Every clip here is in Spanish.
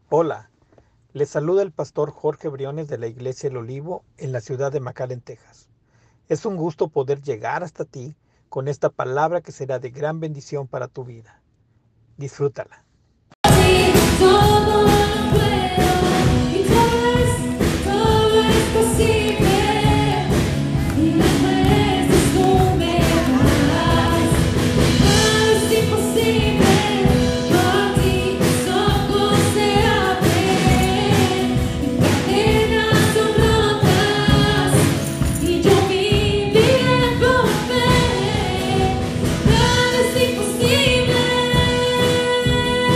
Hola, les saluda el pastor Jorge Briones de la Iglesia El Olivo en la ciudad de McAllen, Texas. Es un gusto poder llegar hasta ti con esta palabra que será de gran bendición para tu vida. Disfrútala. Todo lo puedo y todo es posible y las fuerzas tú me das. Nada es imposible, para ti tus ojos se abren y cadenas son rotas y yo viviré por fe. Nada es imposible.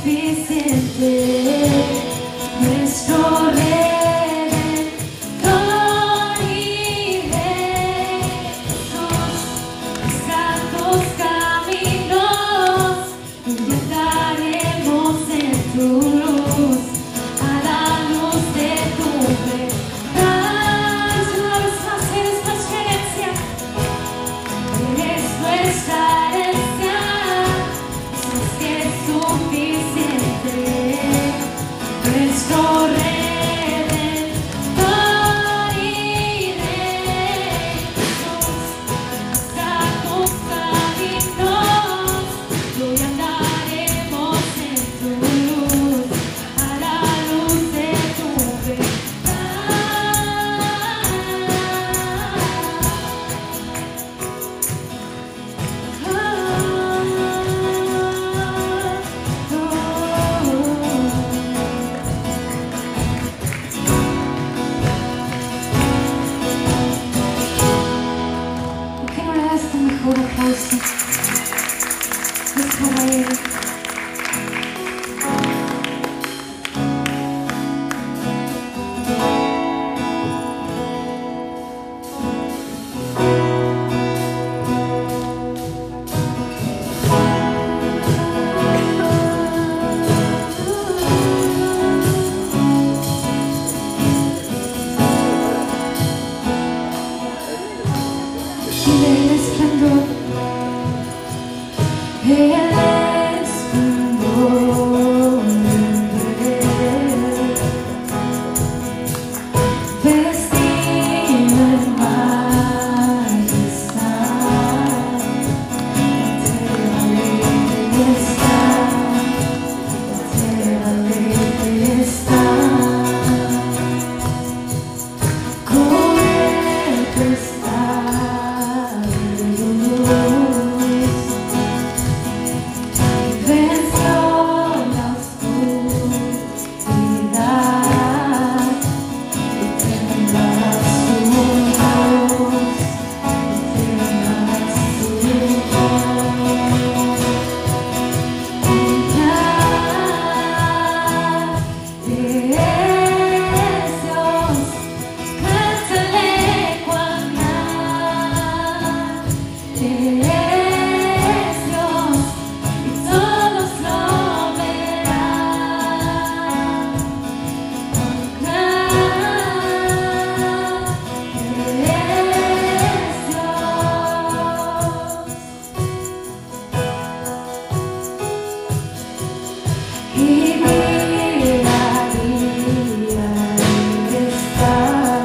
suficiente, nuestro Redentor y Rey Jesús, santos caminos, andaremos en tu luz, a la luz de tu verdad. Una vez más eres nuestra herencia, eres nuestra herencia, es más que suficiente, nuestro Redentor y Rey Jesús, santos caminos, hoy andaremos en tu luz, a la luz de tu ¿Por qué no le das tu mejor aplauso? Es para él. Y el esplendor, el esplendor de él, vestido en majestad, entera alegre está, cubierto está de luz, venció la oscuridad y tendrás tu voz, tendrás tu Dios, cántale cuán grande es Dios, y todos lo verán. Cuán grande es Dios. Y mira, está,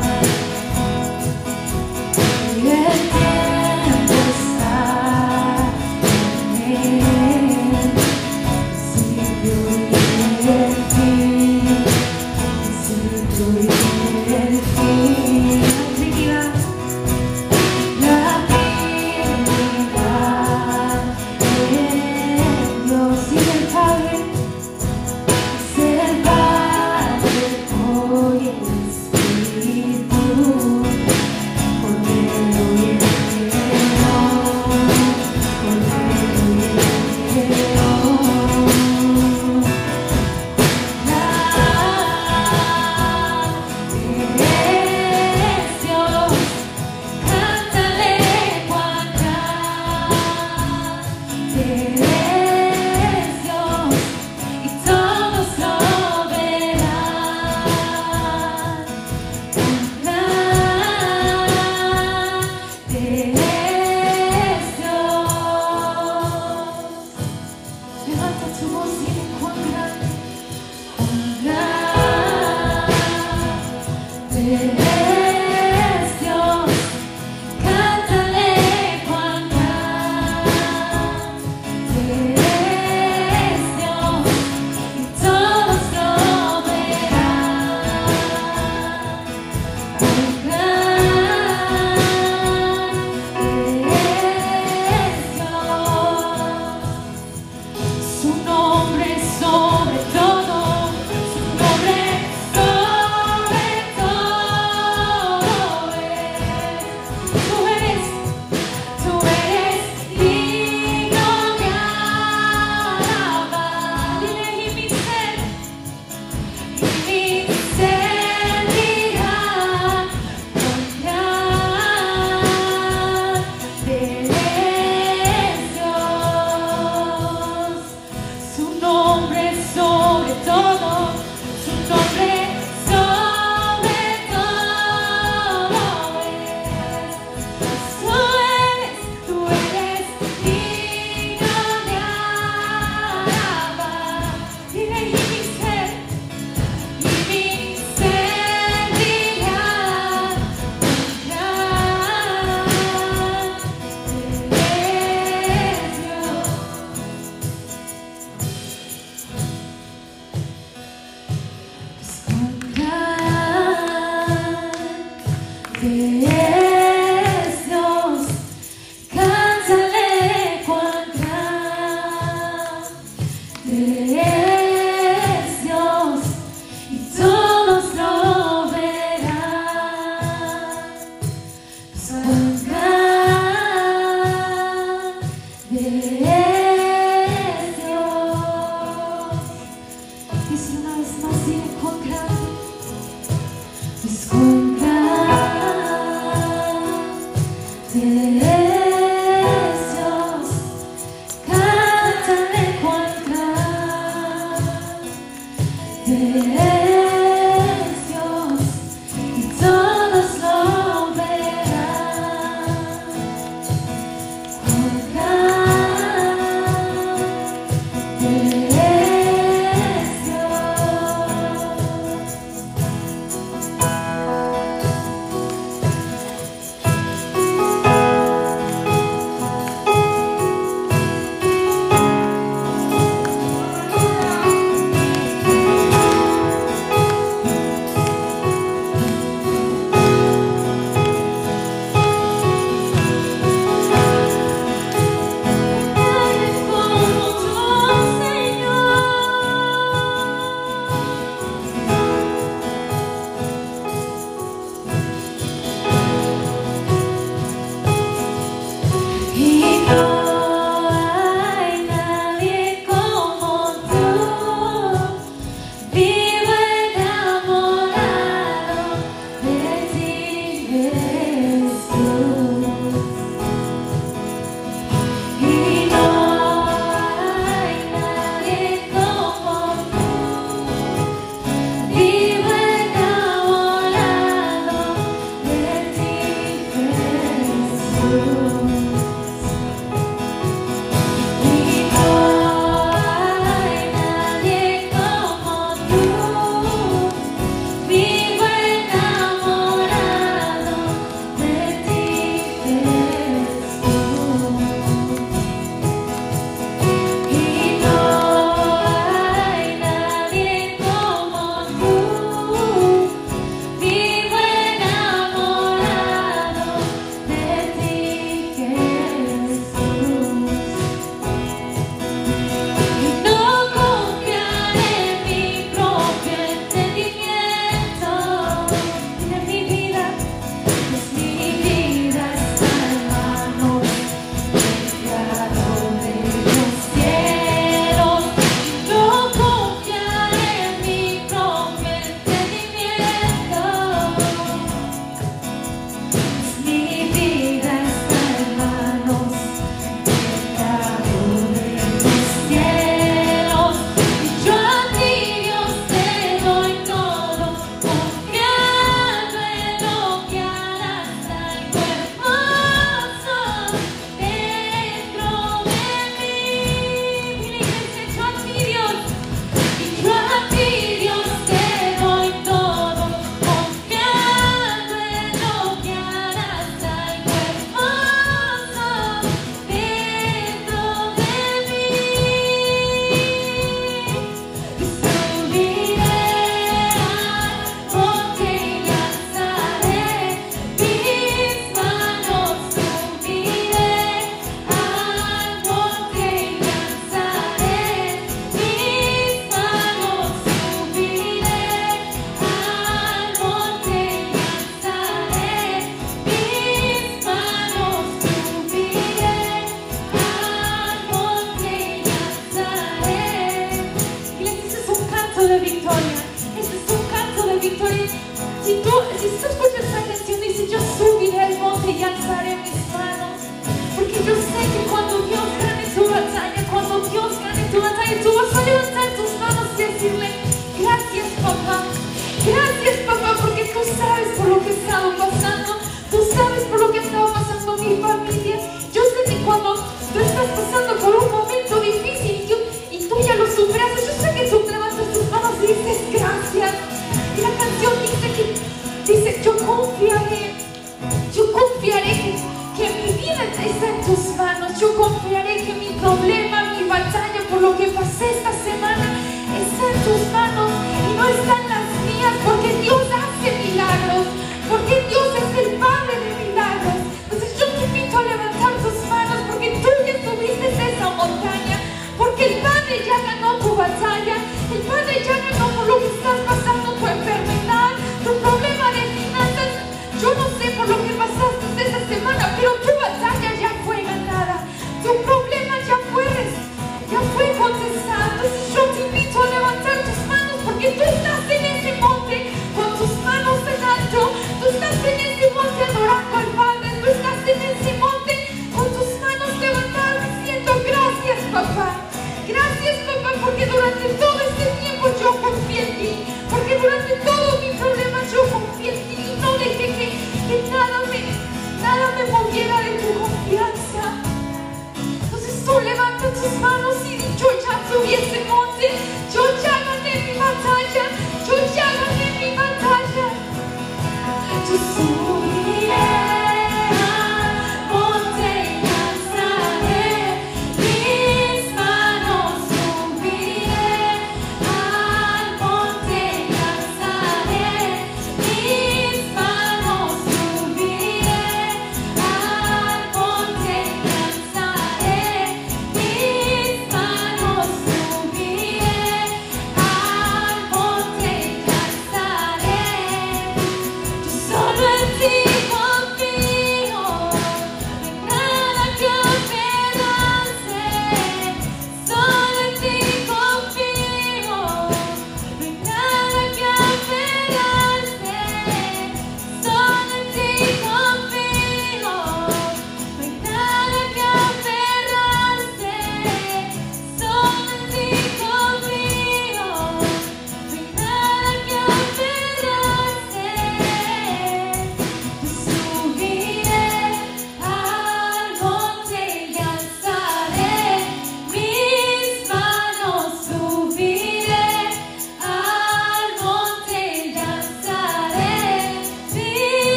y el tiempo está en él, principio y el fin, principio y el fin. La Trinidad de Dios y del Padre, es el Padre, hoy el Espíritu, Cordero y León, Cordero y León. Es Dios, cántale cuán grande es Dios, y todos lo verán. Cuán grande es Dios. Levanta tu voz y dile cuán grande es Dios, cántale cuán grande es Dios, y todos lo verán. Cuán grande es Dios, su nombre sobre todo, su nombre sobre todo. Levanta tus manos y yo ya tuviese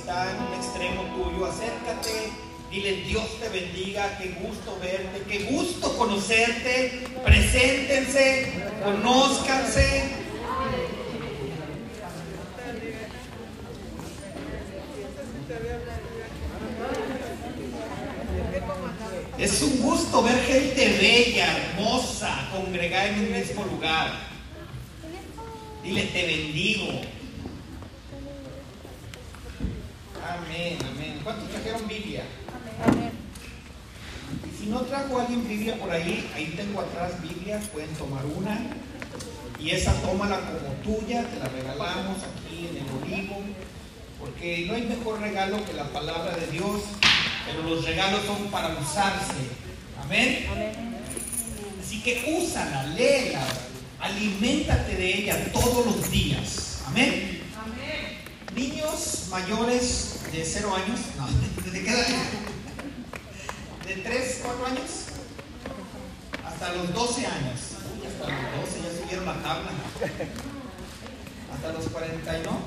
está en un extremo tuyo, acércate, dile: Dios te bendiga, qué gusto verte, qué gusto conocerte, preséntense, conózcanse. Es un gusto ver gente bella, hermosa, congregada en un mismo lugar. Dile: te bendigo. Amén, amén. ¿Cuántos trajeron Biblia? Y si no trajo alguien Biblia por ahí, ahí tengo atrás Biblia, pueden tomar una. Y esa tómala como tuya, te la regalamos aquí en el Olivo. Porque no hay mejor regalo que la palabra de Dios, pero los regalos son para usarse. Amén. Así que úsala, léela, aliméntate de ella todos los días. Amén. Niños mayores de 0 años, no, ¿de qué edad? De 3, 4 años hasta los 12 años. Uy, hasta los 12 ya subieron la tabla. Hasta los 40, ¿no?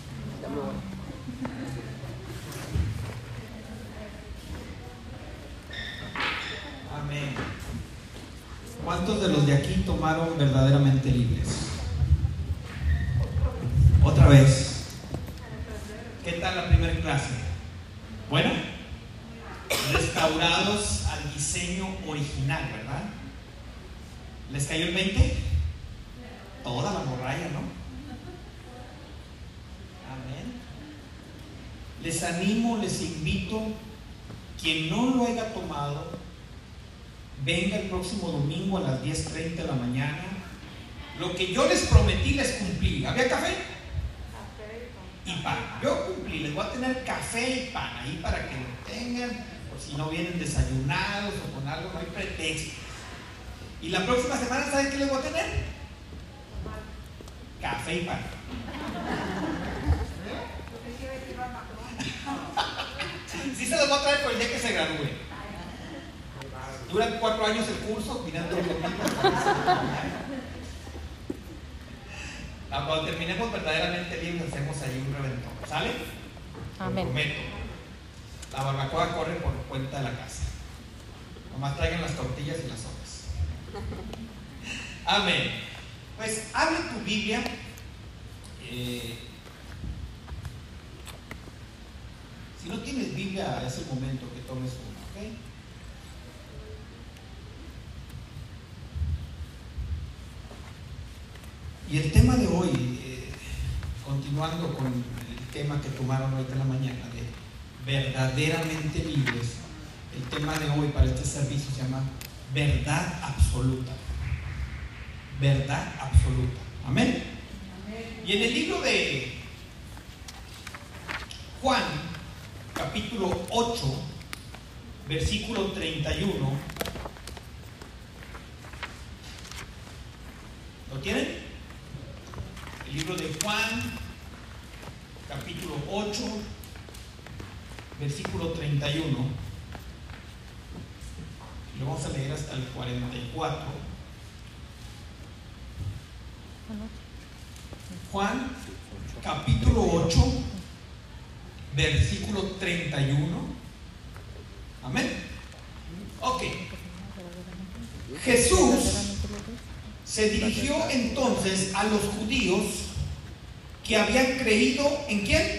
Amén. ¿Cuántos de los de aquí tomaron verdaderamente libres? Otra vez. ¿Qué tal la primera clase? Bueno, restaurados al diseño original, ¿verdad? ¿Les cayó el 20? Toda la morralla, ¿no? Amén. Les animo, les invito, quien no lo haya tomado, venga el próximo domingo a las 10:30 de la mañana. Lo que yo les prometí, les cumplí. ¿Había café? Y pan. Yo cumplí, les voy a tener café y pan ahí para que lo tengan, por si no vienen desayunados o con algo, no hay pretexto. Y la próxima semana, ¿saben qué les voy a tener? Café y pan. Sí se los voy a traer por el día que se gradúe. Dura 4 años el curso, mirando cuando terminemos verdaderamente libres, hacemos ahí un reventón. ¿Sale? Amén. Lo prometo. La barbacoa corre por cuenta de la casa. Nomás traigan las tortillas y las hojas. Amén. Pues abre tu Biblia. Si no tienes Biblia, es el momento que tomes una, ¿ok? Y el tema de hoy, continuando con el tema que tomaron ahorita en la mañana, de verdaderamente libres, el tema de hoy para este servicio se llama verdad absoluta. Verdad absoluta. Amén. Y en el libro de Juan, capítulo 8, versículo 31, ¿lo tienen? El libro de Juan, capítulo 8, versículo 31. Lo vamos a leer hasta el 44. Juan, capítulo 8, versículo 31. Amén. Ok. Jesús se dirigió entonces a los judíos que habían creído ¿en quién?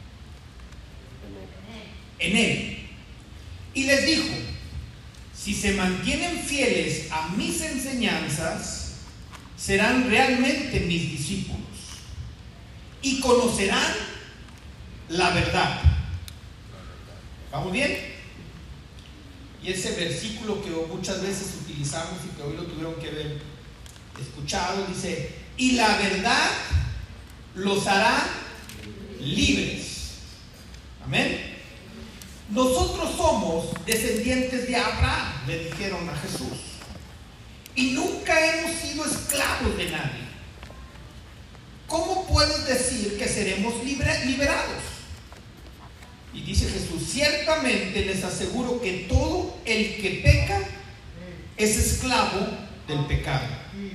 En él. Y les dijo: si se mantienen fieles a mis enseñanzas, serán realmente mis discípulos y conocerán la verdad. ¿Vamos bien? Y ese versículo que muchas veces utilizamos y que hoy lo tuvieron que ver escuchado, dice: y la verdad los hará libres. Amén. Nosotros somos descendientes de Abraham, le dijeron a Jesús, y nunca hemos sido esclavos de nadie. ¿Cómo puedes decir que seremos liberados? Y dice Jesús: ciertamente les aseguro que todo el que peca es esclavo del pecado.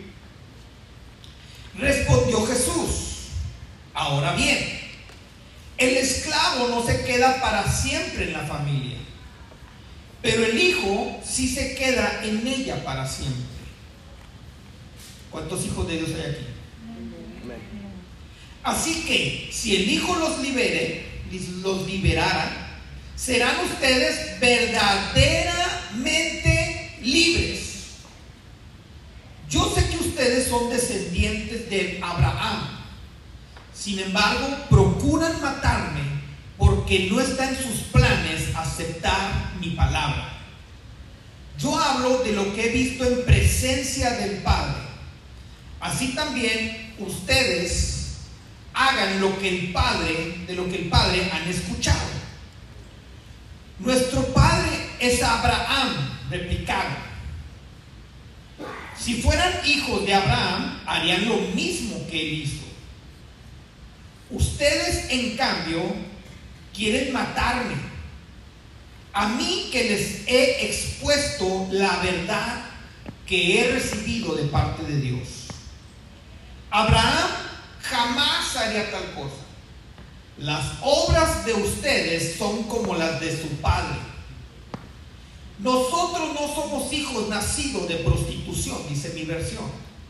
Respondió Jesús: ahora bien, El esclavo no se queda para siempre en la familia, pero el hijo sí se queda en ella para siempre. ¿Cuántos hijos de Dios hay aquí? Así que si el hijo los liberara, serán ustedes verdaderamente libres. Yo sé que ustedes son descendientes de Abraham. Sin embargo, procuran matarme porque no está en sus planes aceptar mi palabra. Yo hablo de lo que he visto en presencia del Padre. Así también ustedes hagan de lo que el Padre han escuchado. Nuestro padre es Abraham, replicaron. Si fueran hijos de Abraham, harían lo mismo que él hizo. Ustedes, en cambio, quieren matarme, a mí que les he expuesto la verdad que he recibido de parte de Dios. Abraham jamás haría tal cosa. Las obras de ustedes son como las de su padre. Nosotros no somos hijos nacidos de prostitución, dice mi versión.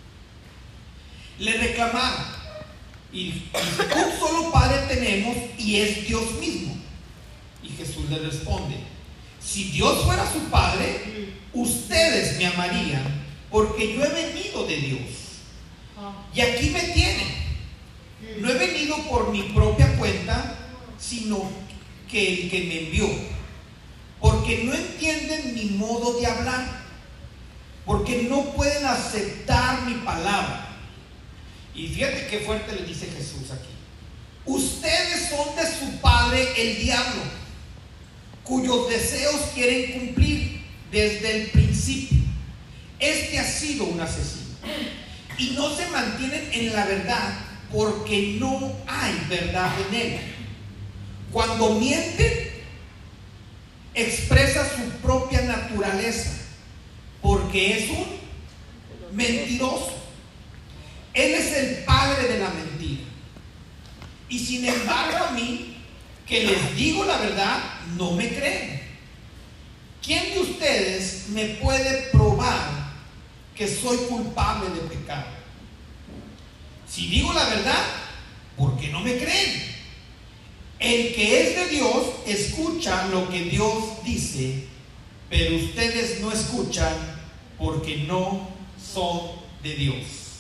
Le reclamaron, y un solo padre tenemos y es Dios mismo. Y Jesús le responde: si Dios fuera su padre, ustedes me amarían, porque yo he venido de Dios. Y aquí me tienen. No he venido por mi propia cuenta, sino que el que me envió. Porque no entienden mi modo de hablar, porque no pueden aceptar mi palabra. Y fíjate qué fuerte le dice Jesús aquí. Ustedes son de su padre el diablo, cuyos deseos quieren cumplir desde el principio. Este ha sido un asesino y no se mantienen en la verdad porque no hay verdad en él. Cuando mienten, expresa su propia naturaleza, porque es un mentiroso. Él es el padre de la mentira. Y sin embargo, a mí, que les digo la verdad, no me creen. ¿Quién de ustedes me puede probar que soy culpable de pecado? Si digo la verdad, ¿por qué no me creen? El que es de Dios escucha lo que Dios dice, pero ustedes no escuchan porque no son de Dios.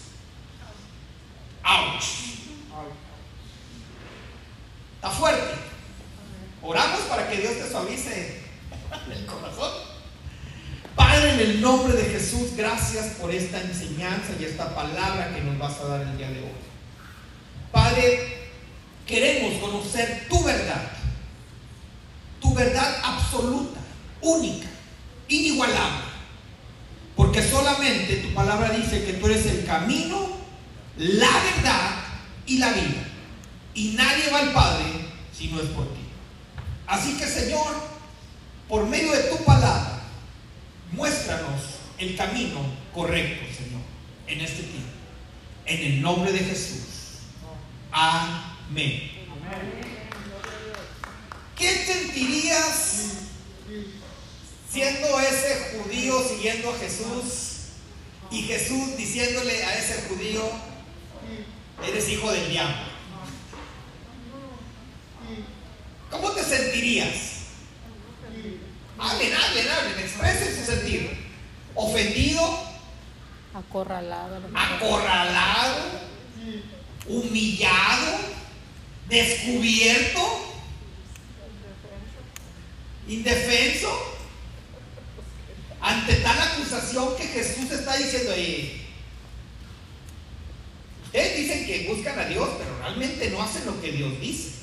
¡Auch! Está fuerte. Oramos para que Dios te suavice el corazón. Padre, en el nombre de Jesús, gracias por esta enseñanza y esta palabra que nos vas a dar el día de hoy. Padre, queremos conocer tu verdad absoluta, única, inigualable, porque solamente tu palabra dice que tú eres el camino, la verdad y la vida, y nadie va al Padre si no es por ti. Así que, Señor, por medio de tu palabra, muéstranos el camino correcto, Señor, en este tiempo, en el nombre de Jesús. Amén. ¿Qué sentirías siendo ese judío siguiendo a Jesús y Jesús diciéndole a ese judío: eres hijo del diablo? ¿Cómo te sentirías? Hablen, expresen su sentir. ¿Ofendido? Acorralado, humillado, descubierto, indefenso, ante tal acusación que Jesús está diciendo: ustedes dicen que buscan a Dios, pero realmente no hacen lo que Dios dice.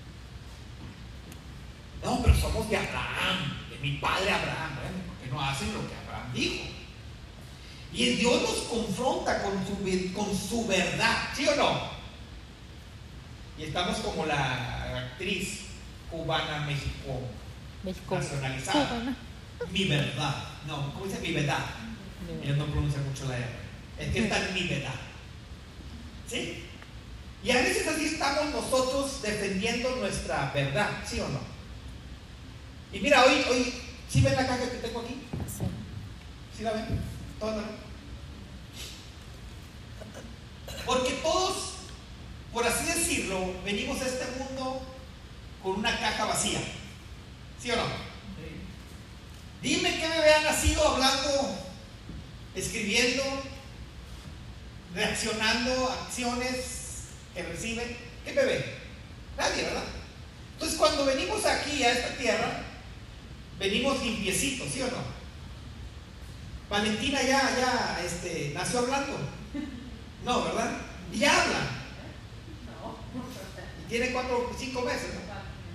No, pero somos de Abraham, de mi padre Abraham. Bueno, porque no hacen lo que Abraham dijo. Y Dios nos confronta con su verdad, ¿sí o no? Y estamos como la actriz cubana México nacionalizada. Cubana. Mi verdad. No, ¿cómo dice mi verdad? Ellos no pronuncian mucho la R. Es que está en mi verdad. ¿Sí? Y a veces así estamos nosotros defendiendo nuestra verdad, ¿sí o no? Y mira, hoy ¿sí ven la caja que tengo aquí? Sí. ¿Sí la ven? ¿Todos la ven? Porque todos, por así decirlo, venimos a este mundo con una caja vacía, ¿sí o no? Dime qué bebé ha nacido hablando, escribiendo, reaccionando a acciones que recibe. ¿Qué bebé? Nadie, ¿verdad? Entonces cuando venimos aquí a esta tierra, venimos limpiecitos, ¿sí o no? Valentina ya nació hablando. No, ¿verdad? Y ya habla. Y tiene 4 o 5 meses, ¿no?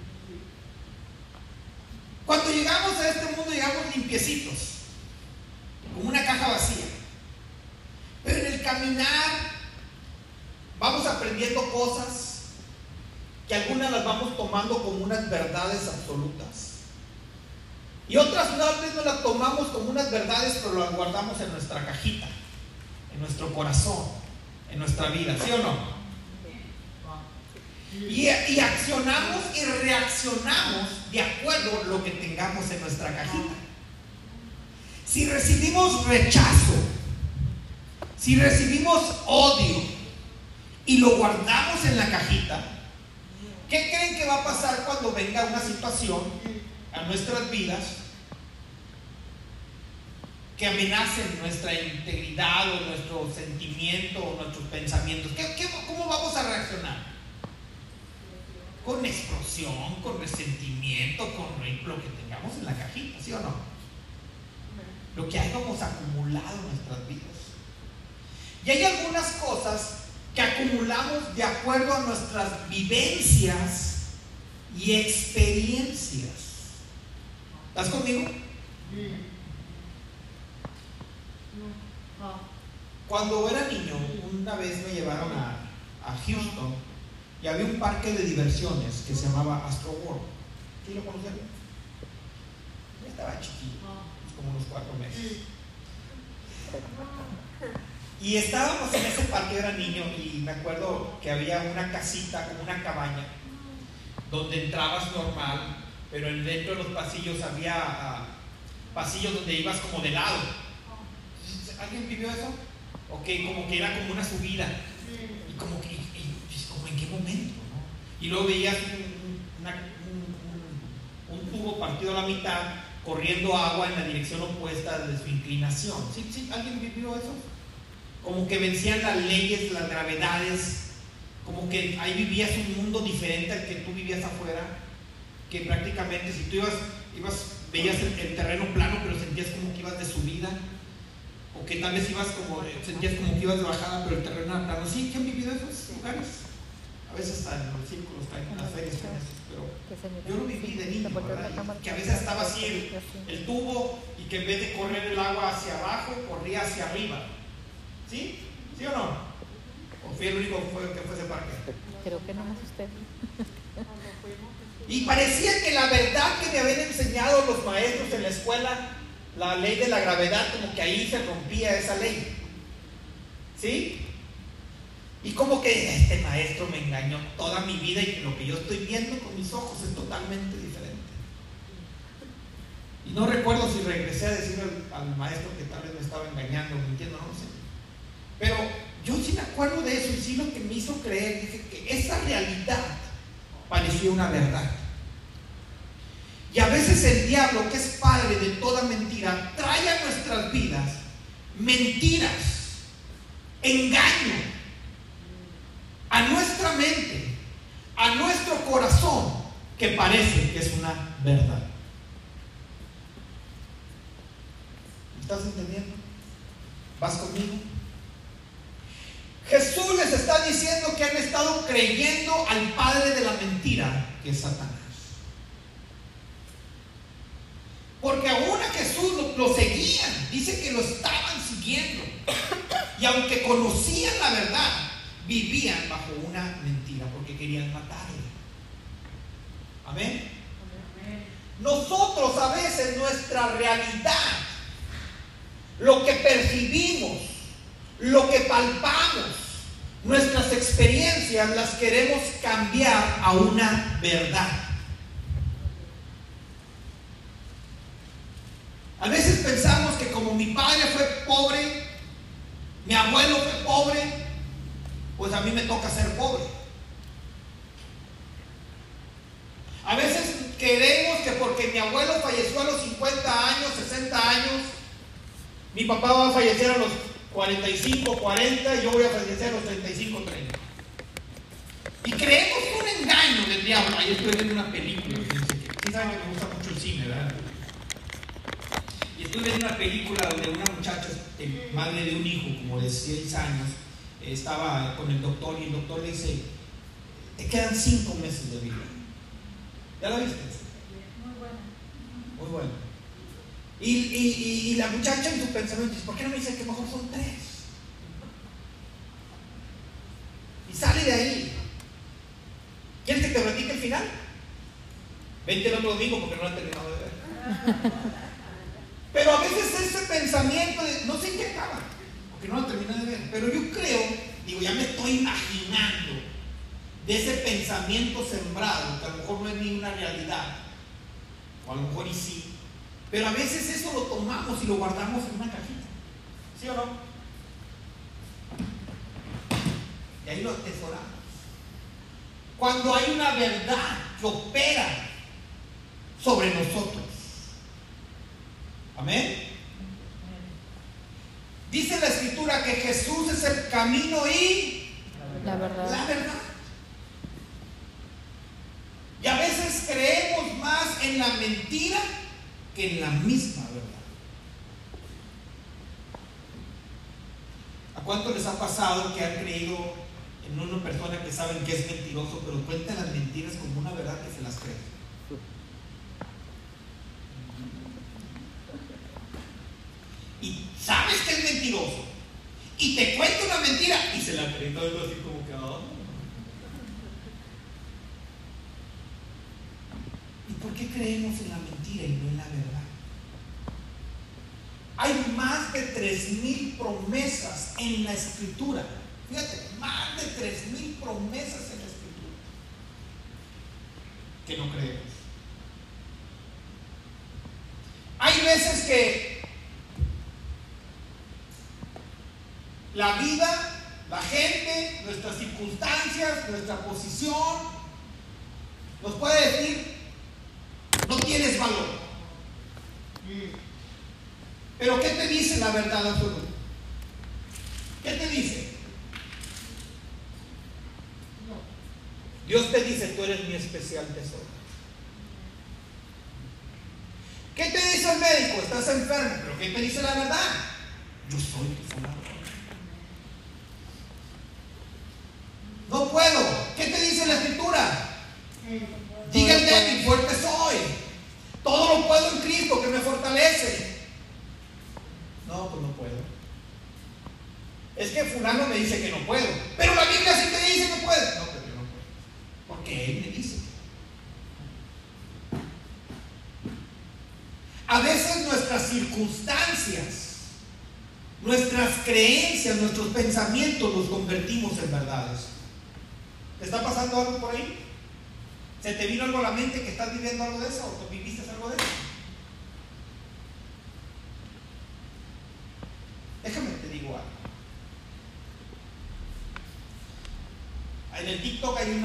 Cuando llegamos a este mundo llegamos limpiecitos, como una caja vacía. Pero en el caminar vamos aprendiendo cosas que algunas las vamos tomando como unas verdades absolutas. Y otras tal vez no las tomamos como unas verdades, pero las guardamos en nuestra cajita, en nuestro corazón, en nuestra vida, ¿sí o no? Y accionamos y reaccionamos de acuerdo a lo que tengamos en nuestra cajita. Si recibimos rechazo, si recibimos odio y lo guardamos en la cajita, ¿qué creen que va a pasar cuando venga una situación a nuestras vidas que amenacen nuestra integridad o nuestro sentimiento o nuestros pensamientos? ¿Cómo vamos a reaccionar? Con explosión, con resentimiento, con lo que tengamos en la cajita, ¿sí o no? Lo que hayamos acumulado en nuestras vidas. Y hay algunas cosas que acumulamos de acuerdo a nuestras vivencias y experiencias. ¿Estás conmigo? Cuando era niño, una vez me llevaron a Houston y había un parque de diversiones que se llamaba Astro World. ¿Sí lo conocían? Yo estaba chiquito, como unos 4 meses. Y estábamos en ese parque, yo era niño, y me acuerdo que había una casita, como una cabaña, donde entrabas normal, pero dentro de los pasillos había pasillos donde ibas como de lado. ¿Alguien vivió eso? Ok, como que era como una subida. Y como que, como en qué momento, ¿no? Y luego veías un tubo partido a la mitad, corriendo agua en la dirección opuesta de su inclinación. ¿Sí? ¿Alguien vivió eso? Como que vencían las leyes, las gravedades, como que ahí vivías un mundo diferente al que tú vivías afuera, que prácticamente si tú veías el terreno plano, pero sentías como que ibas de subida, o que tal vez sentías como que ibas de bajada, pero el terreno era plano. ¿Sí? ¿Qué han vivido esos lugares? A veces están en los círculos, están en las ferias, pero yo lo viví de niño, ¿verdad? Que a veces estaba así el tubo, y que en vez de correr el agua hacia abajo, corría hacia arriba. ¿Sí? ¿Sí o no? ¿O fui el único que fue a ese parque? Creo que no más usted. Y parecía que la verdad que me habían enseñado los maestros en la escuela, la ley de la gravedad, como que ahí se rompía esa ley. ¿Sí? Y como que este maestro me engañó toda mi vida, y lo que yo estoy viendo con mis ojos es totalmente diferente. Y no recuerdo si regresé a decirle al maestro que tal vez me estaba engañando o mintiendo, no lo sé. Pero yo sí me acuerdo de eso, y sí lo que me hizo creer, dije que esa realidad parecía una verdad. Y a veces el diablo, que es padre de toda mentira, trae a nuestras vidas mentiras, engaño, a nuestra mente, a nuestro corazón, que parece que es una verdad. ¿Me estás entendiendo? ¿Vas conmigo? Jesús les está diciendo que han estado creyendo al padre de la mentira, que es Satanás. Porque aún a Jesús lo seguían, dice que lo estaban siguiendo. Y aunque conocían la verdad, vivían bajo una mentira porque querían matarle. Amén. Nosotros a veces nuestra realidad, lo que percibimos, lo que palpamos, Nuestras experiencias las queremos cambiar a una verdad. A veces pensamos que como mi padre fue pobre, mi abuelo fue pobre, pues a mí me toca ser pobre. A veces queremos que porque mi abuelo falleció a los 50 años, 60 años, mi papá va a fallecer a los 45, 40 y yo voy a fallecer a los 35, 30. Y creemos que un engaño del diablo. Ahí estoy viendo una película. Sí saben que me gusta mucho el cine, ¿verdad? Y estoy viendo una película donde una muchacha, madre de un hijo como de 6 años, estaba con el doctor y el doctor le dice: te quedan 5 meses de vida. ¿Ya la viste? Muy buena. Muy bueno. Y la muchacha en su pensamiento dice: ¿por qué no me dice que mejor son 3? Y sale de ahí. ¿Quieres que te platique el final? Vente el otro domingo porque no lo he terminado de ver. Pero a veces ese pensamiento de, no sé en qué acaba, porque no lo terminé de ver. Pero yo creo, digo, ya me estoy imaginando de ese pensamiento sembrado, que a lo mejor no es ni una realidad, o a lo mejor y sí. Pero a veces eso lo tomamos y lo guardamos en una cajita. ¿Sí o no? Y ahí lo atesoramos. Cuando hay una verdad que opera sobre nosotros. Amén. Dice la Escritura que Jesús es el camino y La verdad. la verdad. Y a veces creemos más en la mentira que en la misma verdad. ¿A cuánto les ha pasado que han creído en una persona que saben que es mentiroso, pero cuenta las mentiras como una verdad que se las cree? Y sabes que es mentiroso y te cuenta una mentira y se la cree, todo así como que ¿Y por qué creemos en la mentira y no en la verdad? Hay más de 3,000 promesas en la Escritura. Fíjate, más de 3,000 promesas en la Escritura que no creemos. Hay veces que la vida, la gente, nuestras circunstancias, nuestra posición nos puede decir: no tienes valor. Pero ¿qué te dice la verdad absoluta? ¿Qué te dice? Dios te dice: tú eres mi especial tesoro. ¿Qué te dice el médico? Estás enfermo. ¿Pero qué te dice la verdad? Yo soy tu sanador. No puedo. ¿Qué te dice la Escritura? Diga el débil, fuerte soy. Todo lo puedo en Cristo que me fortalece. No, pues no puedo. Es que fulano me dice que no puedo. Pero la Biblia sí te dice que puedes. No, pero yo no puedo. Porque Él me dice. A veces nuestras circunstancias, nuestras creencias, nuestros pensamientos los convertimos en verdades. ¿Te está pasando algo por ahí? ¿Se te vino algo a la mente que estás viviendo algo de eso? ¿O viviste algo de eso? Déjame te digo algo. En el TikTok hay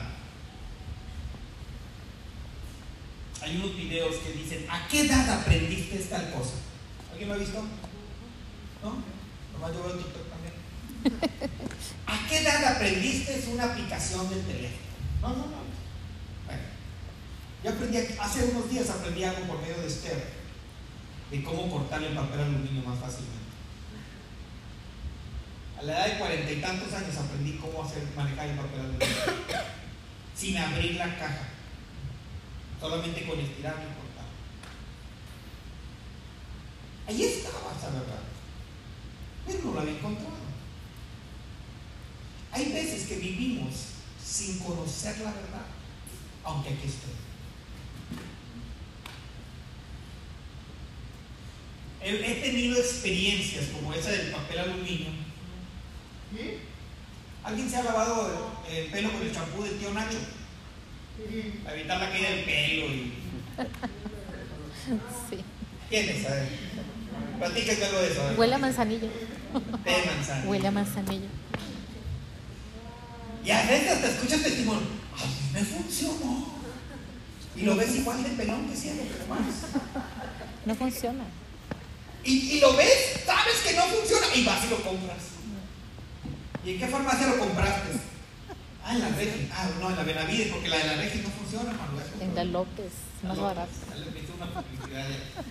unos videos que dicen: ¿a qué edad aprendiste tal cosa? ¿Alguien lo ha visto? ¿No? Nomás yo veo TikTok también. ¿A qué edad aprendiste una aplicación del teléfono? No. Bueno, yo aprendí, hace unos días aprendí algo por medio de Esther, de cómo cortar el papel aluminio más fácilmente. A la edad de 40 y tantos años aprendí cómo manejar el papel aluminio sin abrir la caja, solamente con estirarlo y cortar. Ahí estaba esa verdad, pero no la había encontrado. Hay veces que vivimos sin conocer la verdad, aunque aquí estoy. He tenido experiencias como esa del papel aluminio. ¿Alguien se ha lavado el pelo con el champú del tío Nacho? Para evitar la caída del pelo y... Sí. ¿Quiénes? A ver, platícate algo de eso. A ver. Huele a manzanillo. Té de manzana. Huele a manzanillo. Y a veces hasta escuchas testimonio. A mí me funcionó. Y lo ves igual de pelón que siempre, pero más. No funciona. Y lo ves, sabes que no funciona y vas y lo compras. ¿Y en qué farmacia lo compraste? Ah, en la Regi. Ah, no, en la Benavides, porque la de la Regi no funciona, hermano. En la López, más barato. Ya le metí una publicidad ya.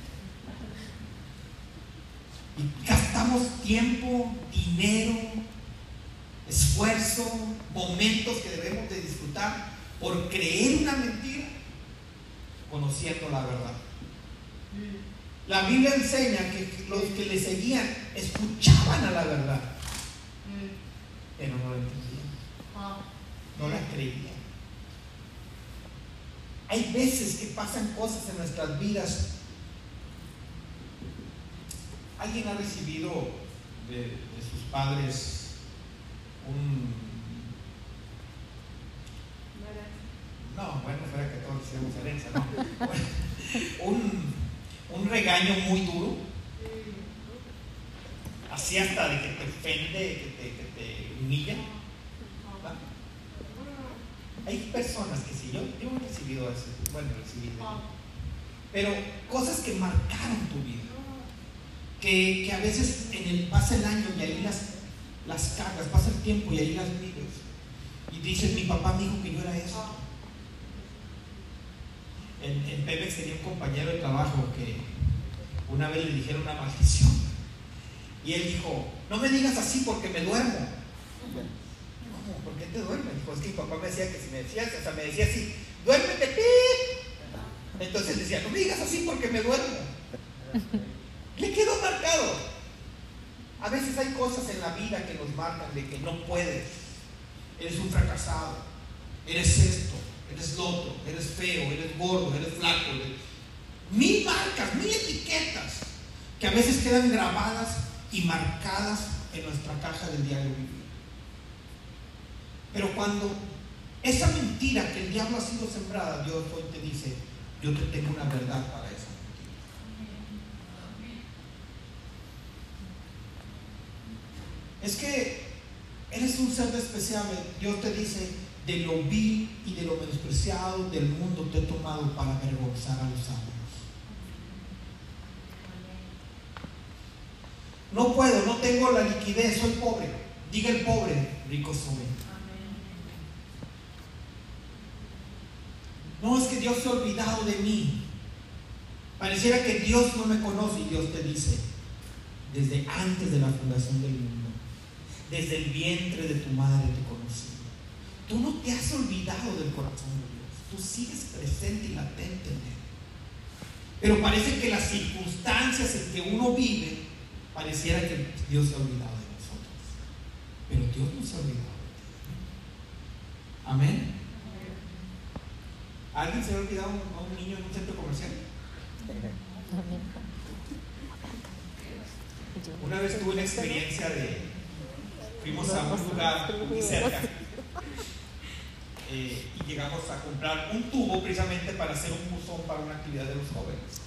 Y gastamos tiempo, dinero, esfuerzo, momentos que debemos de disfrutar por creer una mentira, conociendo la verdad. La Biblia enseña que los que le seguían escuchaban a la verdad, pero no la entendían, no la creían. Hay veces que pasan cosas en nuestras vidas. ¿Alguien ha recibido de sus padres no, bueno, fuera que todos hicimos herencia, no, un regaño muy duro, así hasta de que te ofende, que te humilla? ¿Va? Hay personas que sí, yo he recibido eso, bueno, recibí de mí, pero cosas que marcaron tu vida, que a veces pasa el año y ahí las cargas, pasa el tiempo y ahí las vives y dices, mi papá me dijo que yo era eso. En Pemex tenía un compañero de trabajo que una vez le dijeron una maldición y él dijo, no me digas así porque me duermo. ¿Cómo? ¿Por qué te duermes? Dijo, es que mi papá me decía que si me decías, o sea, me decía así, duérmete, pi. Entonces decía, no me digas así porque me duermo. Le quedó marcado. A veces hay cosas en la vida que nos marcan de que no puedes, eres un fracasado, eres esto, eres lo otro, eres feo, eres gordo, eres flaco, mil marcas, mil etiquetas que a veces quedan grabadas y marcadas en nuestra caja del diario vivir. Pero cuando esa mentira que el diablo ha sido sembrada, Dios hoy te dice, yo te tengo una verdad para esa mentira. Es que eres un ser despreciable. Dios te dice, de lo vil y de lo menospreciado del mundo te he tomado para avergonzar a los sabios. No puedo, no tengo la liquidez, soy pobre. Diga el pobre, rico soy. No, es que Dios se ha olvidado de mí. Pareciera que Dios no me conoce, y Dios te dice, desde antes de la fundación del mundo, desde el vientre de tu madre te conocí. Tú no te has olvidado del corazón de Dios, tú sigues presente y latente en Él. Pero parece que las circunstancias en que uno vive, pareciera que Dios se ha olvidado de nosotros. Pero Dios no se ha olvidado de ti. Amén. ¿Alguien se ha olvidado a un niño en un centro comercial? Una vez tuve una experiencia fuimos a un lugar muy cerca y llegamos a comprar un tubo precisamente para hacer un buzón para una actividad de los jóvenes.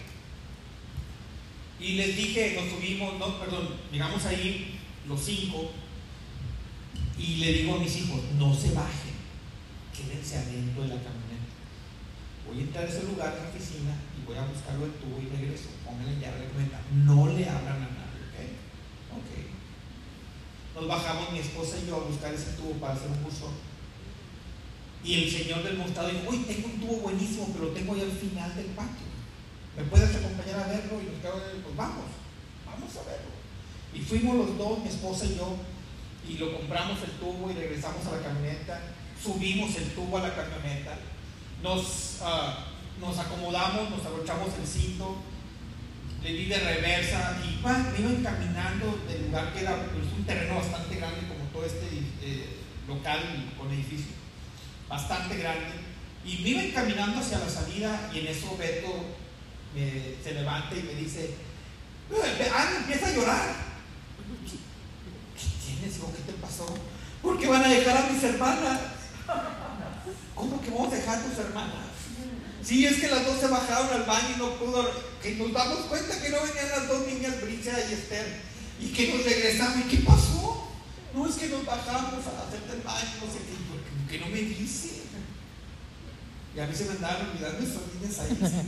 Y les dije, llegamos ahí los 5 y le digo a mis hijos, no se bajen, quédense adentro de la camioneta. Voy a entrar a ese lugar, a la oficina, y voy a buscarlo el tubo y regreso. Pónganle llave a la camioneta. No le abran a nadie, ¿ok? Nos bajamos mi esposa y yo a buscar ese tubo para hacer un buzón. Y el señor del mostrador dijo, uy, tengo un tubo buenísimo, pero lo tengo ahí al final del patio. ¿Me puedes acompañar a verlo? Y nos quedamos, pues vamos a verlo. Y fuimos los dos, mi esposa y yo, y lo compramos el tubo y regresamos a la camioneta, subimos el tubo a la camioneta, nos acomodamos, nos abrochamos el cinto, le di de reversa y me iba encaminando del lugar que era un terreno bastante grande, como todo este local con edificio, bastante grande, y me iba encaminando hacia la salida y en eso Beto se levanta y me dice, empieza a llorar. ¿Qué tienes? Digo, ¿qué te pasó? ¿Por qué van a dejar a mis hermanas? ¿Cómo que vamos a dejar a tus hermanas? Sí, es que las dos se bajaron al baño y no pudo, que nos damos cuenta que no venían las dos niñas, Bricia y Esther, y que nos regresamos. ¿Y qué pasó? No, es que nos bajamos a hacer el baño, no sé qué, que no me dice. Y a mí se me andaban olvidando esas niñas ahí.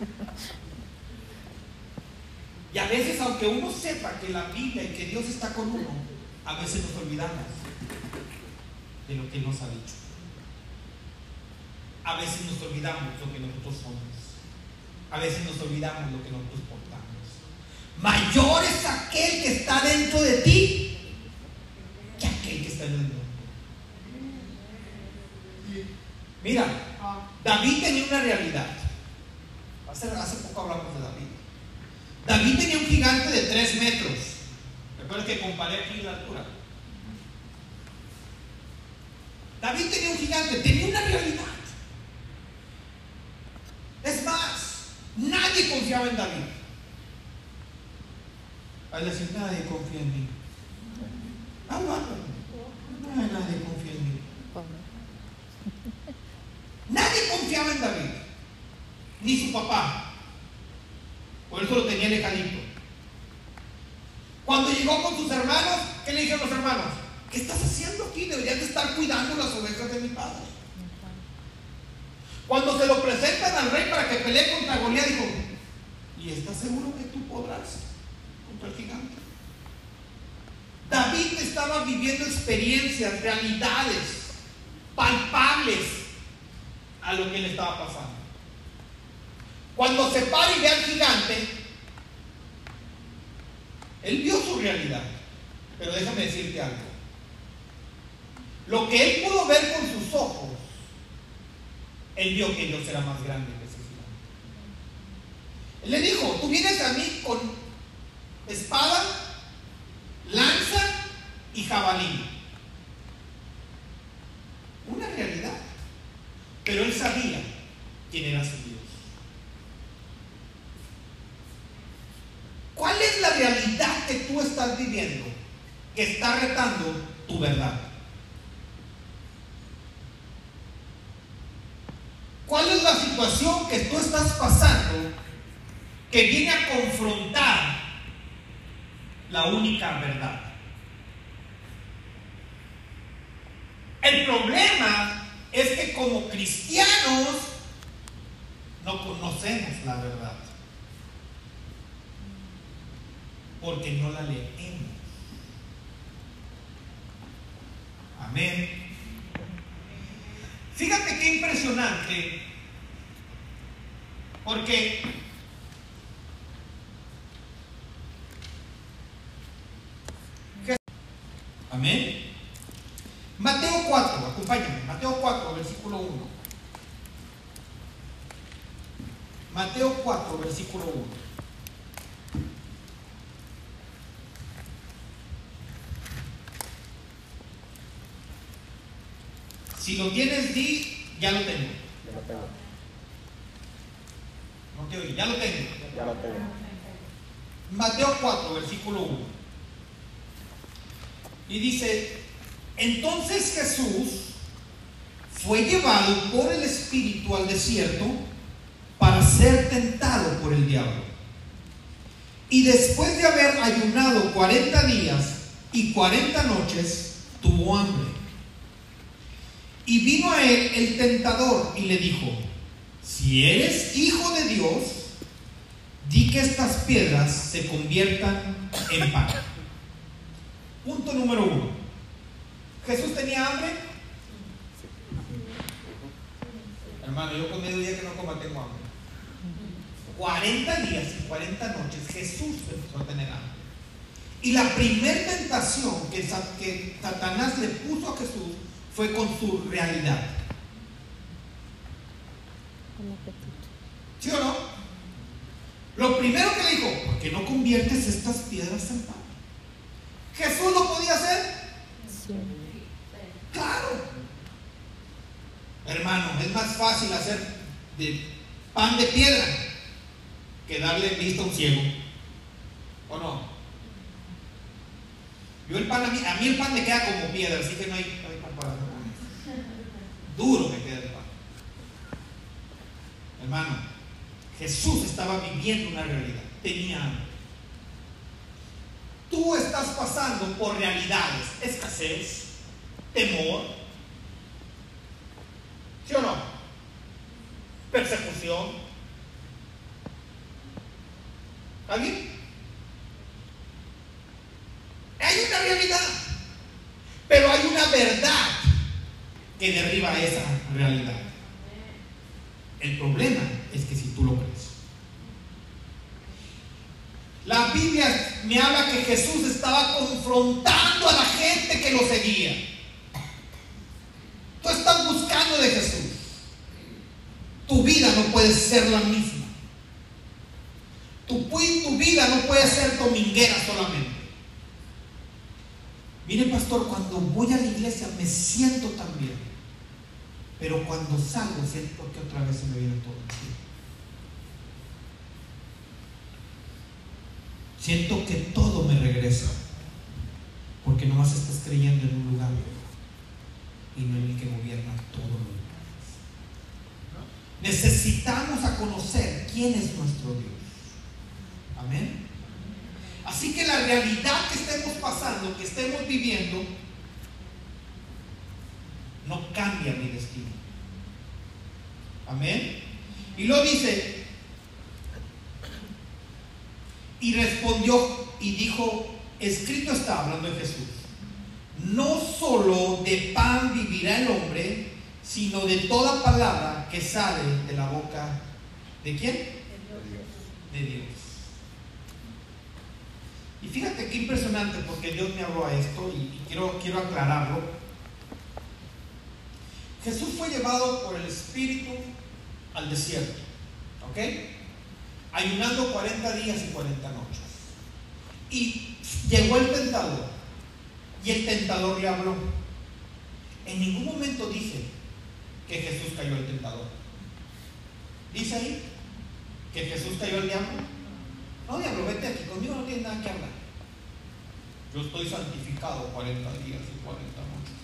Y a veces, aunque uno sepa que la Biblia y que Dios está con uno, a veces nos olvidamos de lo que Él nos ha dicho. A veces nos olvidamos lo que nosotros somos. A veces nos olvidamos lo que nosotros portamos. Mayor es aquel que está dentro de ti que aquel que está en el mundo. Mira, David tenía una realidad. Hace poco hablamos de David. David tenía un gigante de 3 metros. Recuerda que comparé aquí la altura. David tenía un gigante, tenía una realidad. Es más, nadie confiaba en David. Al decir, nadie confía en mí. Nadie confía en mí. Nadie confiaba en David, ni su papá. Por eso lo tenía alejadito. Cuando llegó con sus hermanos, ¿qué le dijeron los hermanos? ¿Qué estás haciendo aquí? Deberías de estar cuidando las ovejas de mi padre. Cuando se lo presentan al rey para que pelee contra Goliat, dijo, ¿y estás seguro que tú podrás contra el gigante? David estaba viviendo experiencias, realidades palpables a lo que le estaba pasando. Cuando se para y ve al gigante, él vio su realidad. Pero déjame decirte algo. Lo que él pudo ver con sus ojos, él vio que Dios era más grande que ese gigante. Él le dijo, tú vienes a mí con espada, lanza y jabalí. Una realidad. Pero él sabía quién era su Dios. ¿Cuál es la realidad que tú estás viviendo que está retando tu verdad? ¿Cuál es la situación que tú estás pasando que viene a confrontar la única verdad? El problema es que como cristianos no conocemos la verdad, porque no la leemos. Amén. Fíjate qué impresionante, porque amén. Mateo 4, acompáñame, Mateo 4, versículo 1. Mateo 4, versículo 1. Si lo tienes, di, ya lo tengo. Ya lo tengo. No te oí, ya lo tengo. Ya lo tengo. Mateo 4, versículo 1. Y dice, entonces Jesús fue llevado por el Espíritu al desierto para ser tentado por el diablo. Y después de haber ayunado 40 días y 40 noches, tuvo hambre. Y vino a él el tentador y le dijo, si eres hijo de Dios, di que estas piedras se conviertan en pan. Punto número 1. ¿Jesús tenía hambre? Hermano, yo con medio día que no coma tengo hambre. 40 días y 40 noches Jesús empezó a tener hambre. Y la primera tentación que Satanás le puso a Jesús fue con su realidad. ¿Sí o no? Lo primero que le dijo, ¿por qué no conviertes estas piedras en pan? ¿Jesús lo podía hacer? Sí. Claro. Hermano, es más fácil hacer de pan de piedra que darle vista a un ciego. ¿O no? Yo el pan, a mí el pan me queda como piedra, así que no hay comparación con eso. Duro me queda el pan. Hermano, Jesús estaba viviendo una realidad, tenía hambre. Tú estás pasando por realidades, escasez, temor, ¿sí o no? Persecución. ¿Alguien? Hay una realidad, pero hay una verdad que derriba esa realidad. El problema es que si tú lo crees. La Biblia me habla que Jesús estaba confrontando a la gente que lo seguía. Tú estás buscando de Jesús. Tu vida no puede ser la misma. Tu vida no puede ser dominguera solamente. Mire, pastor, cuando voy a la iglesia me siento tan bien, pero cuando salgo siento que otra vez se me viene todo encima. Siento que todo me regresa, porque nomás estás creyendo en un lugar y no en el que gobierna todo lo demás. Necesitamos a conocer quién es nuestro Dios. Amén. Así que la realidad que estemos pasando, que estemos viviendo, no cambia mi destino. Amén. Y lo dice, y respondió y dijo, escrito está, hablando de Jesús, no solo de pan vivirá el hombre, sino de toda palabra que sale de la boca ¿de quién? De Dios. Y fíjate qué impresionante, porque Dios me habló a esto y quiero aclararlo. Jesús fue llevado por el Espíritu al desierto, ¿ok? Ayunando 40 días y 40 noches. Y llegó el tentador, y el tentador le habló. En ningún momento dice que Jesús cayó al tentador. ¿Dice ahí que Jesús cayó al diablo? No, diablo, vete aquí, conmigo no tienes nada que hablar. Yo estoy santificado 40 días y 40 noches.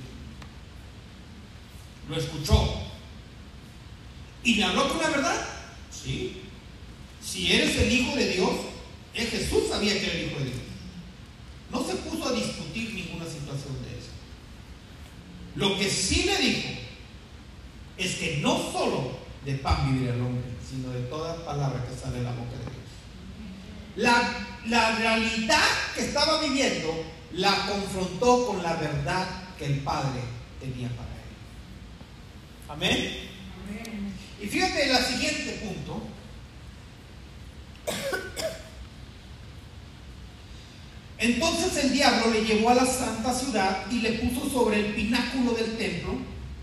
Lo escuchó. ¿Y le habló con la verdad? Sí. Si eres el Hijo de Dios, Jesús sabía que era el Hijo de Dios. No se puso a discutir ninguna situación de eso. Lo que sí le dijo es que no solo de pan vivirá el hombre, sino de toda palabra que sale de la boca de Dios. La realidad que estaba viviendo la confrontó con la verdad que el Padre tenía para él. Amén. Amén. Y fíjate el siguiente punto. Entonces el diablo le llevó a la santa ciudad y le puso sobre el pináculo del templo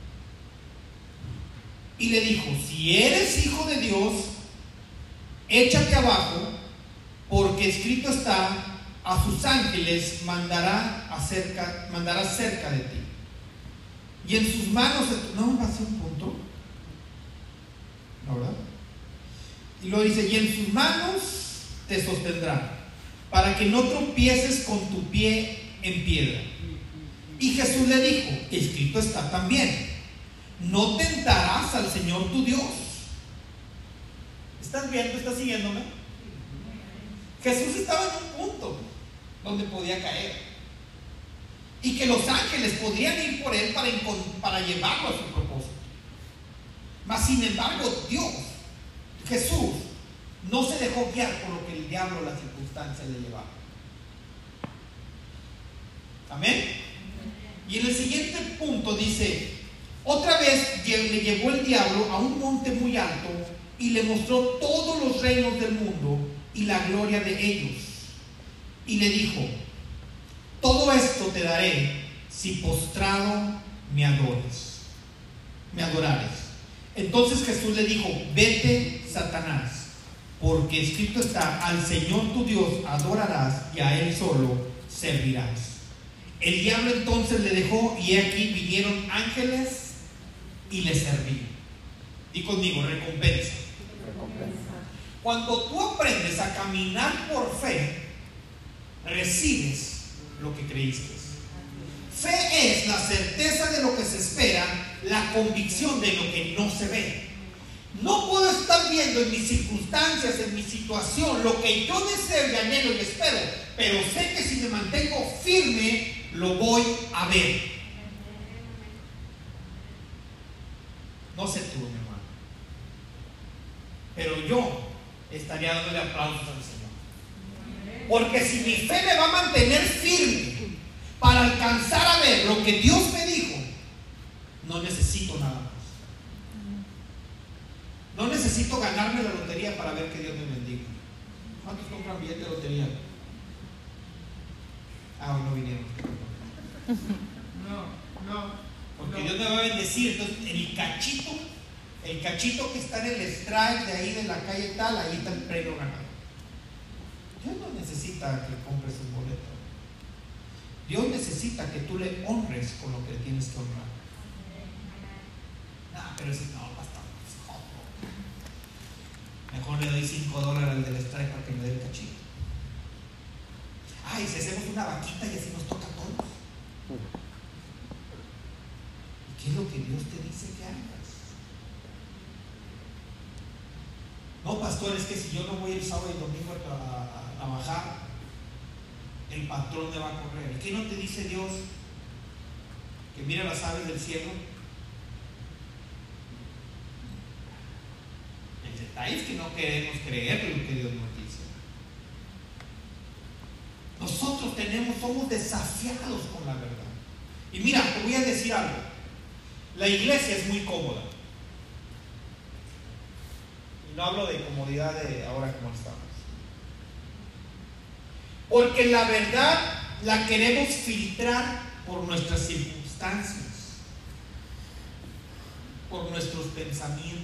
y le dijo, si eres hijo de Dios, échate abajo, porque escrito está, a sus ángeles mandará cerca de ti. Y en sus manos, no va a ser un punto, ¿no, verdad? Y lo dice, y en sus manos te sostendrá, para que no tropieces con tu pie en piedra. Y Jesús le dijo, escrito está también, no tentarás al Señor tu Dios. ¿Estás viendo? ¿Estás siguiéndome? Jesús estaba en un punto donde podía caer y que los ángeles podrían ir por él para llevarlo a su propósito. Mas sin embargo, Dios, Jesús, no se dejó guiar por lo que el diablo o las circunstancias le llevaban. Amén. Y en el siguiente punto dice, otra vez le llevó el diablo a un monte muy alto y le mostró todos los reinos del mundo y la gloria de ellos. Y le dijo, todo esto te daré si postrado me adorares. Entonces Jesús le dijo, vete, Satanás, porque escrito está, al Señor tu Dios adorarás y a Él solo servirás. El diablo entonces le dejó y aquí vinieron ángeles y le servían. Di conmigo, recompensa. Cuando tú aprendes a caminar por fe, recibes lo que creíste. Fe es la certeza de lo que se espera, la convicción de lo que no se ve. No puedo estar viendo en mis circunstancias, en mi situación, lo que yo deseo y anhelo y espero, pero sé que si me mantengo firme, lo voy a ver. No sé tú, mi hermano, pero yo estaría dándole aplausos al Señor. Porque si mi fe me va a mantener firme para alcanzar a ver lo que Dios me dijo, no necesito nada más. No necesito ganarme la lotería para ver que Dios me bendiga. ¿Cuántos compran billete de lotería? Hoy no vinieron. No. Porque Dios me va a bendecir. Entonces, el cachito que está en el strike de ahí de la calle tal, ahí está el premio ganado. Dios no necesita que compres un boleto. Dios necesita que tú le honres con lo que tienes que honrar. Pero si no, pastor, mejor le doy $5 al del strike para que me dé el cachito. Si hacemos una vaquita y así nos toca a todos. ¿Y qué es lo que Dios te dice que hagas? No, pastor, es que si yo no voy el sábado y domingo a trabajar, el patrón me va a correr. ¿Y qué no te dice Dios? Que mira las aves del cielo. El detalle es que no queremos creer lo que Dios nos dice. Nosotros somos desafiados con la verdad. Y mira, te voy a decir algo. La iglesia es muy cómoda. Y no hablo de comodidad de ahora como estamos. Porque la verdad la queremos filtrar por nuestras circunstancias, por nuestros pensamientos.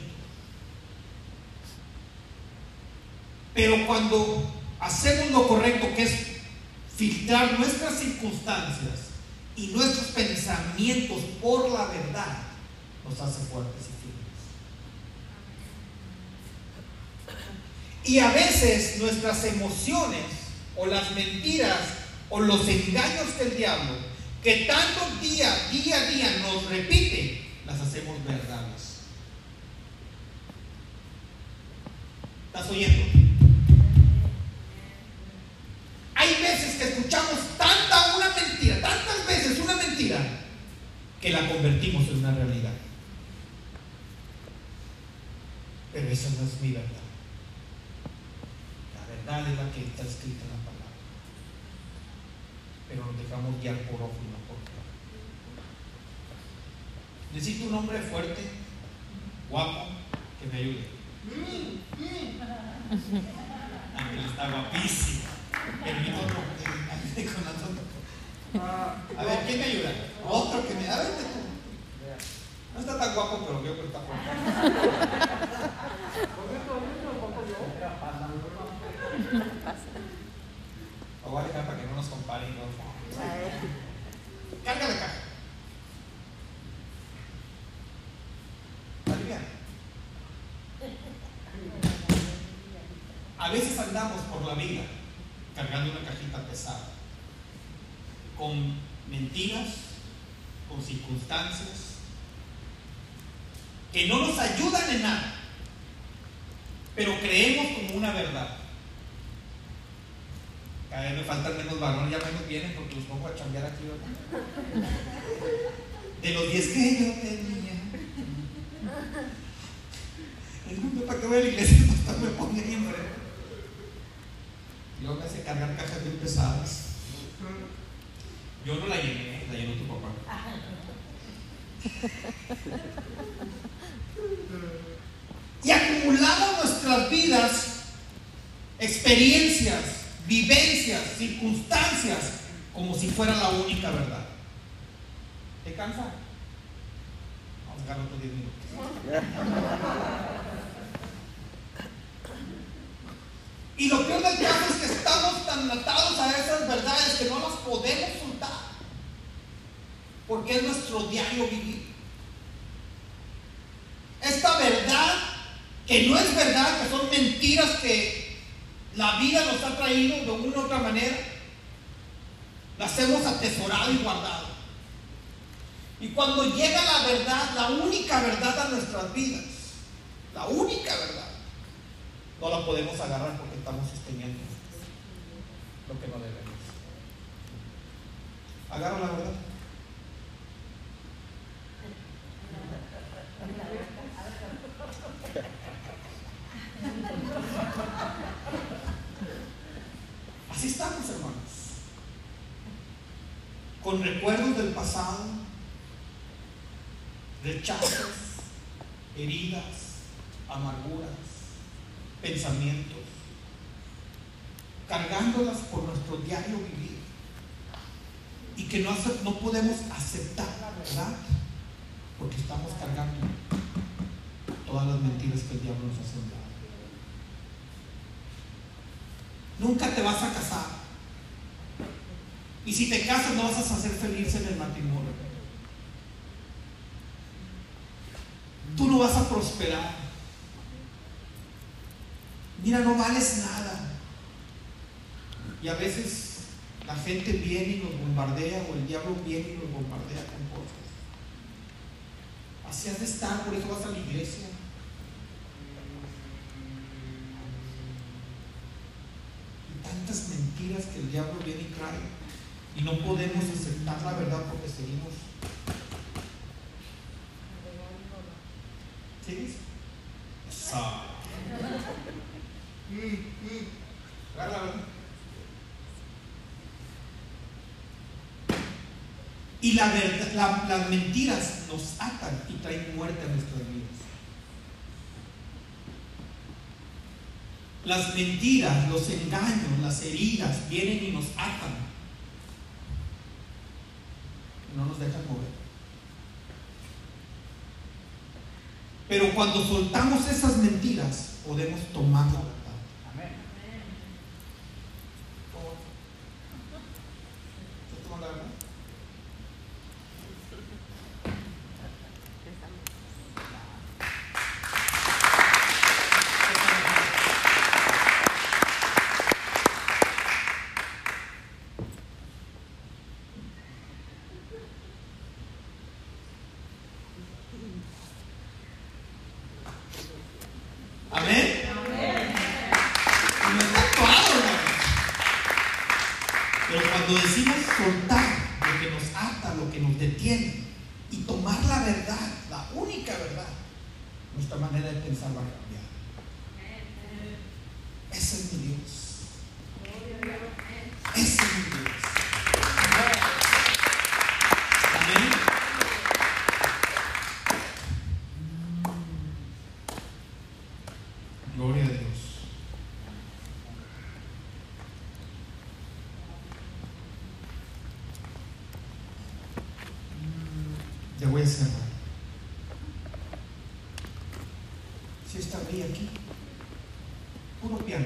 Pero cuando hacemos lo correcto, que es filtrar nuestras circunstancias y nuestros pensamientos por la verdad, nos hace fuertes y firmes. Y a veces nuestras emociones o las mentiras o los engaños del diablo, que tanto día a día nos repite, las hacemos verdades. ¿Estás oyendo? Hay veces que escuchamos tantas veces una mentira, que la convertimos en una realidad. Pero esa no es mi verdad. La verdad es la que está escrita en la palabra. Pero nos dejamos guiar por ojo y no por corazón. Necesito un hombre fuerte, guapo, que me ayude. Ángel está guapísimo. El otro, con la tonta. A ver, ¿quién me ayuda? Otro que me. A ver, tú. No está tan guapo, pero veo que está fuerte. Lo voy a dejar para que no nos comparen. Carga la caja. Aliviana. A veces andamos por la vida cargando una cajita pesada, con mentiras, con circunstancias que no nos ayudan en nada, pero creemos como una verdad. Cada vez me faltan menos varones, ya menos vienen porque los pongo a chambear aquí, ¿verdad? De los 10 que yo tenía. El mundo para que vaya a la iglesia, el pastor me pone ahí enfrente. Yo me hace cargar cajas bien pesadas. Yo no la llené, la llenó tu papá. Y acumulamos nuestras vidas, experiencias, vivencias, circunstancias, como si fuera la única verdad. ¿Te cansa? Vamos a ganar otros 10 minutos. Y lo peor del caso es que estamos tan atados a esas verdades que no las podemos soltar, porque es nuestro diario vivir. Esta verdad que no es verdad, que son mentiras que la vida nos ha traído de una u otra manera, Las hemos atesorado y guardado. Y cuando llega la verdad, la única verdad a nuestras vidas, la única verdad, no la podemos agarrar porque estamos sosteniendo lo que no debemos. Agarra la verdad. Así estamos, hermanos, con recuerdos del pasado, rechazos, heridas, amarguras, pensamientos, cargándolas por nuestro diario vivir, y que no podemos aceptar la verdad porque estamos cargando todas las mentiras que el diablo nos ha sembrado. Nunca te vas a casar, y si te casas no vas a ser feliz en el matrimonio. Tú no vas a prosperar. Mira, no vales nada. Y a veces la gente viene y nos bombardea, o el diablo viene y nos bombardea con cosas. Así has de estar, por eso vas a la iglesia. Y tantas mentiras que el diablo viene y trae, y no podemos aceptar la verdad porque seguimos. ¿Sigues? La verdad. Y la verdad, las mentiras nos atan y traen muerte a nuestras vidas. Las mentiras, los engaños, las heridas vienen y nos atan. No nos dejan mover. Pero cuando soltamos esas mentiras, podemos tomar la verdad. Amén. ¿Estás tomando la verdad? Amén. Y no está actuado, hermanos. Pero cuando decimos soltar lo que nos ata, lo que nos detiene, y tomar la verdad, la única verdad, nuestra manera de pensar va a cambiar. Ese es mi Dios. Ese es mi Dios. Amén. Gloria a Dios. Ya voy a cerrar. Si está bien aquí, puro piano.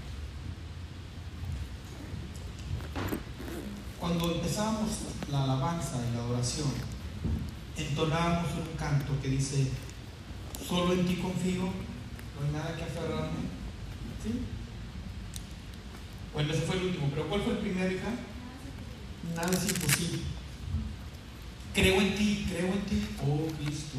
Cuando empezábamos la alabanza y la adoración, entonábamos un canto que dice: solo en ti confío, no hay nada que aferrarme. ¿Sí? Bueno, ese fue el último, pero ¿cuál fue el primero, hija? Nada es imposible. Creo en ti, oh Cristo.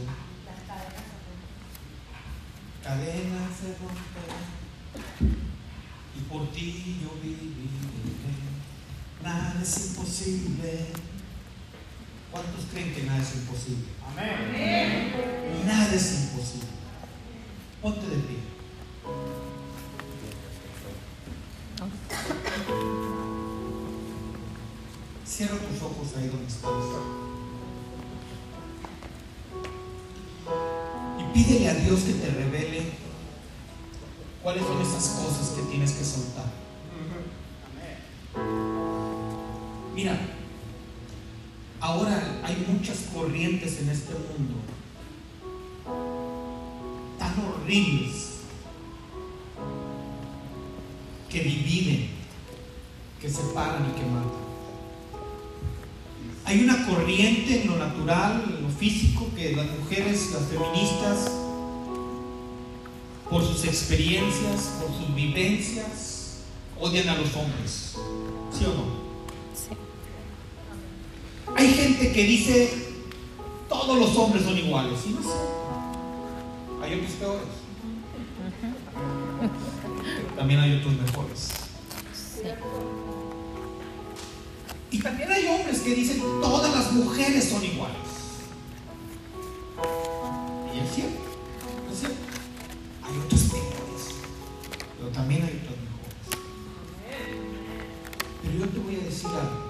Cadenas se romperán y por ti yo viviré. Nada es imposible. ¿Cuántos creen que nada es imposible? Amén. Nada es imposible. Ponte de pie. Cierra tus ojos ahí donde estás. Y pídele a Dios que te revele cuáles son esas cosas que tienes que soltar. Mira, ahora hay muchas corrientes en este mundo tan horribles que dividen, que separan y que matan. Hay una corriente en lo natural, en lo físico, que las mujeres, las feministas, por sus experiencias, por sus vivencias, odian a los hombres. ¿Sí o no? Sí. gente que dice todos los hombres son iguales. Y no sé. Hay otros peores. También hay otros mejores. Sí. Y también hay hombres que dicen todas las mujeres son iguales. Y es cierto, es cierto. Hay otros peores, pero también hay otros mejores. Pero yo te voy a decir algo.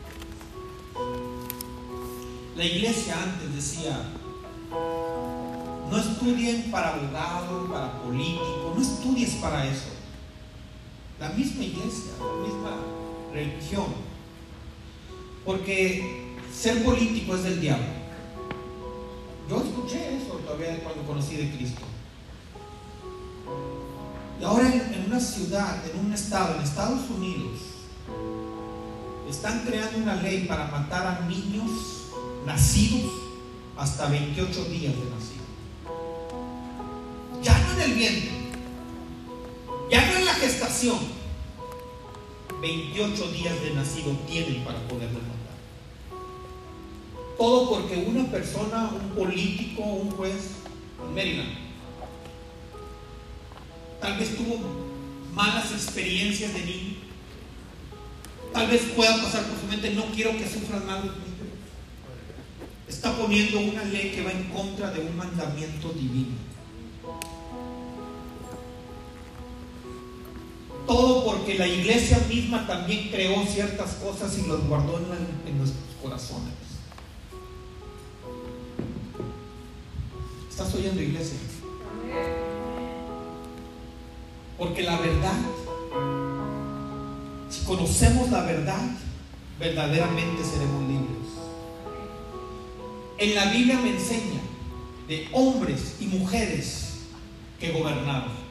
La iglesia antes decía: no estudien para abogado, para político, no estudies para eso. La misma iglesia, la misma religión. Porque ser político es del diablo. Yo escuché eso todavía cuando conocí de Cristo. Y ahora en una ciudad, en un estado, en Estados Unidos, están creando una ley para matar a niños nacidos hasta 28 días de nacido. Ya no en el vientre, ya no en la gestación. 28 días de nacido tienen para poderlo matar. Todo porque una persona, un político, un juez en Maryland, tal vez tuvo malas experiencias de niño. Tal vez pueda pasar por su mente: no quiero que sufran mal. Está poniendo una ley que va en contra de un mandamiento divino. Todo porque la iglesia misma también creó ciertas cosas y los guardó en nuestros corazones. ¿Estás oyendo, iglesia? Porque la verdad, si conocemos la verdad, verdaderamente seremos libres. En la Biblia me enseña de hombres y mujeres que gobernaron.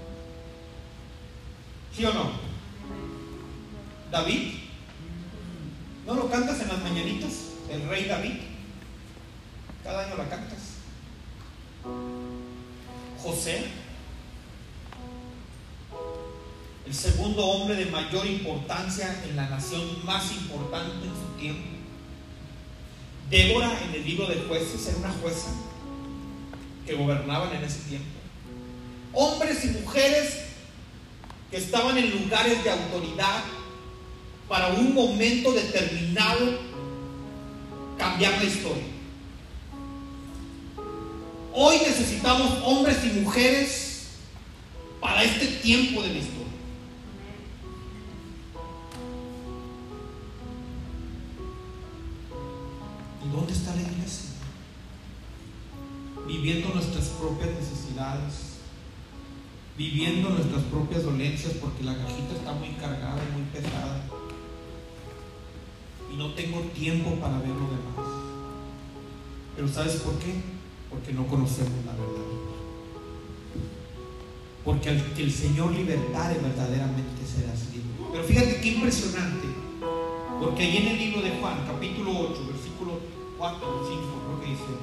¿Sí o no? David, ¿no lo cantas en las mañanitas? El rey David, cada año la cantas. José, el segundo hombre de mayor importancia en la nación más importante en su tiempo. Débora, en el libro de Jueces, era una jueza que gobernaban en ese tiempo. Hombres y mujeres que estaban en lugares de autoridad para un momento determinado cambiar la historia. Hoy necesitamos hombres y mujeres para este tiempo de la historia. ¿Y dónde está la iglesia? Viviendo nuestras propias necesidades, viviendo nuestras propias dolencias, porque la cajita está muy cargada, muy pesada, y no tengo tiempo para ver lo demás. Pero ¿sabes por qué? Porque no conocemos la verdad. Porque al que el Señor libertare verdaderamente serás libre. Pero fíjate qué impresionante, porque ahí en el libro de Juan, capítulo 8, versículo 4 o 5, creo que dice,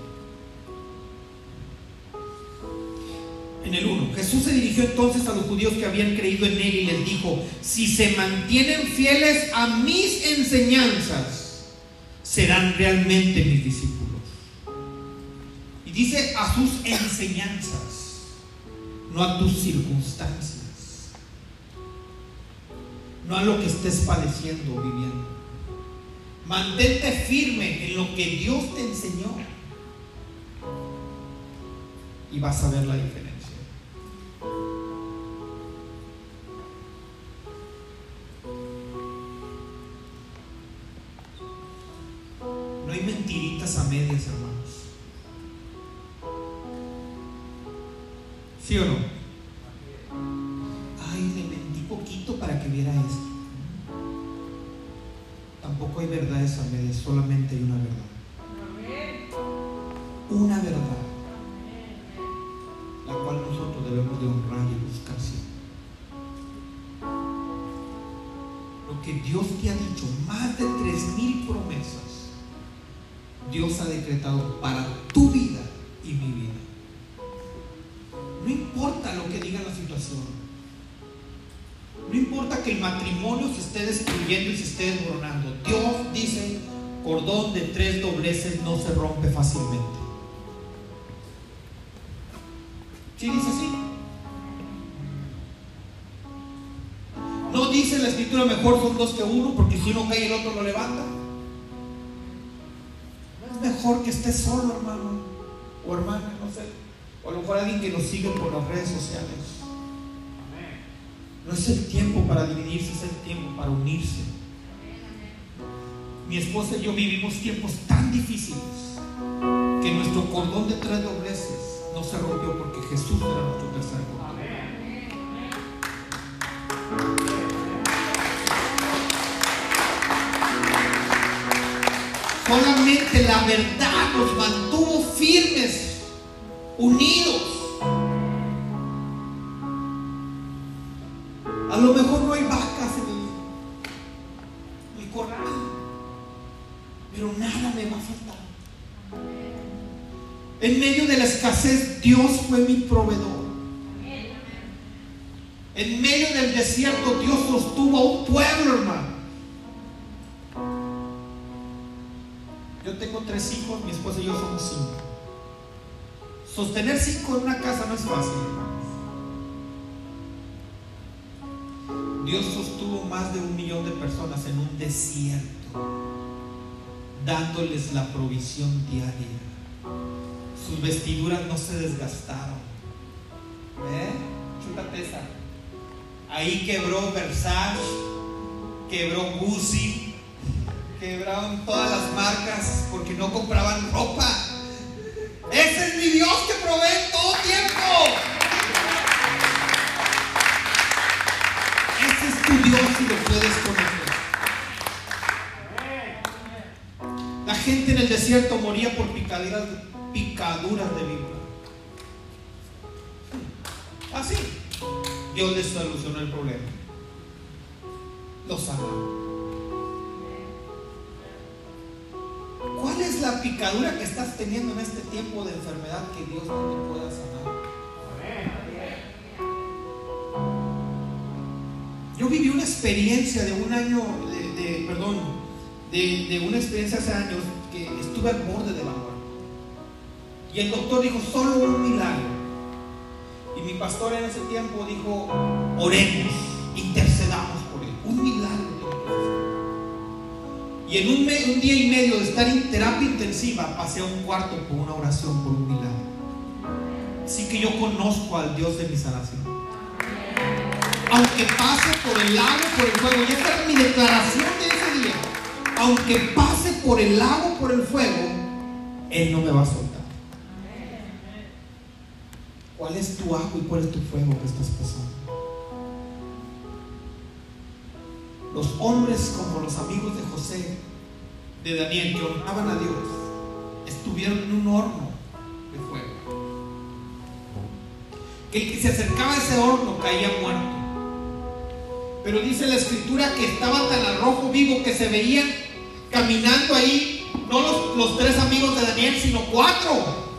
en el 1, Jesús se dirigió entonces a los judíos que habían creído en él y les dijo: si se mantienen fieles a mis enseñanzas, serán realmente mis discípulos. Y dice a sus enseñanzas, no a tus circunstancias, no a lo que estés padeciendo o viviendo. Mantente firme en lo que Dios te enseñó y vas a ver la diferencia. No hay mentiritas a medias, hermanos. ¿Sí o no? Ay, le mentí poquito para que viera esto. Tampoco hay verdades a medias, solamente hay una verdad. Una verdad, la cual nosotros debemos de honrar y buscar siempre. Lo que Dios te ha dicho, más de 3,000 promesas, Dios ha decretado para tu vida y mi vida. No importa lo que diga la situación, no importa que el matrimonio se esté destruyendo y se esté desmoronando. Dios dice: cordón de 3 dobleces no se rompe fácilmente. ¿Sí dice así? No dice la escritura mejor son 2 que 1, porque si uno cae el otro lo levanta. No es mejor que estés solo, hermano o hermana, no sé, o a lo mejor alguien que nos sigue por las redes sociales. No es el tiempo para dividirse, es el tiempo para unirse. Mi esposa y yo vivimos tiempos tan difíciles que nuestro cordón de 3 dobleces no se rompió porque Jesús era nuestro tercer cordón. Solamente la verdad nos mantuvo firmes, unidos. A lo mejor no hay vacas en el corral, pero nada me va a faltar. En medio de la escasez, Dios fue mi proveedor. En medio del desierto, Dios sostuvo a un pueblo, hermano. Yo tengo 3 hijos, mi esposa y yo somos 5. Sostener 5 en una casa no es fácil, hermanos. Dios sostuvo más de 1 millón de personas en un desierto, dándoles la provisión diaria. Sus vestiduras no se desgastaron. Chútate esa. Ahí quebró Versace, quebró Gucci, quebraron todas las marcas porque no compraban ropa. Ese es mi Dios que provee en todo tiempo. Ese es tu Dios y lo puedes conocer. La gente en el desierto moría por picaduras de víbora. Así Dios les solucionó el problema, los sanó. ¿Cuál es la picadura que estás teniendo en este tiempo de enfermedad que Dios no te pueda sanar? Yo viví una experiencia de un año, de una experiencia hace años que estuve al borde de la muerte. Y el doctor dijo, solo un milagro. Y mi pastor en ese tiempo dijo, oremos, intercedamos por él. Un milagro. Y en un día y medio de estar en terapia intensiva, pasé a un cuarto por una oración, por un milagro. Así que yo conozco al Dios de mi sanación. Aunque pase por el lago, por el fuego, y esta es mi declaración de ese día. Aunque pase por el lago, por el fuego, Él no me va a soltar. ¿Cuál es tu agua y cuál es tu fuego que estás pasando? Los hombres como los amigos de José, de Daniel, que honraban a Dios, estuvieron en un horno de fuego. Que el que se acercaba a ese horno caía muerto. Pero dice la escritura que estaba tan al rojo vivo que se veían caminando ahí, no los 3 amigos de Daniel, sino 4.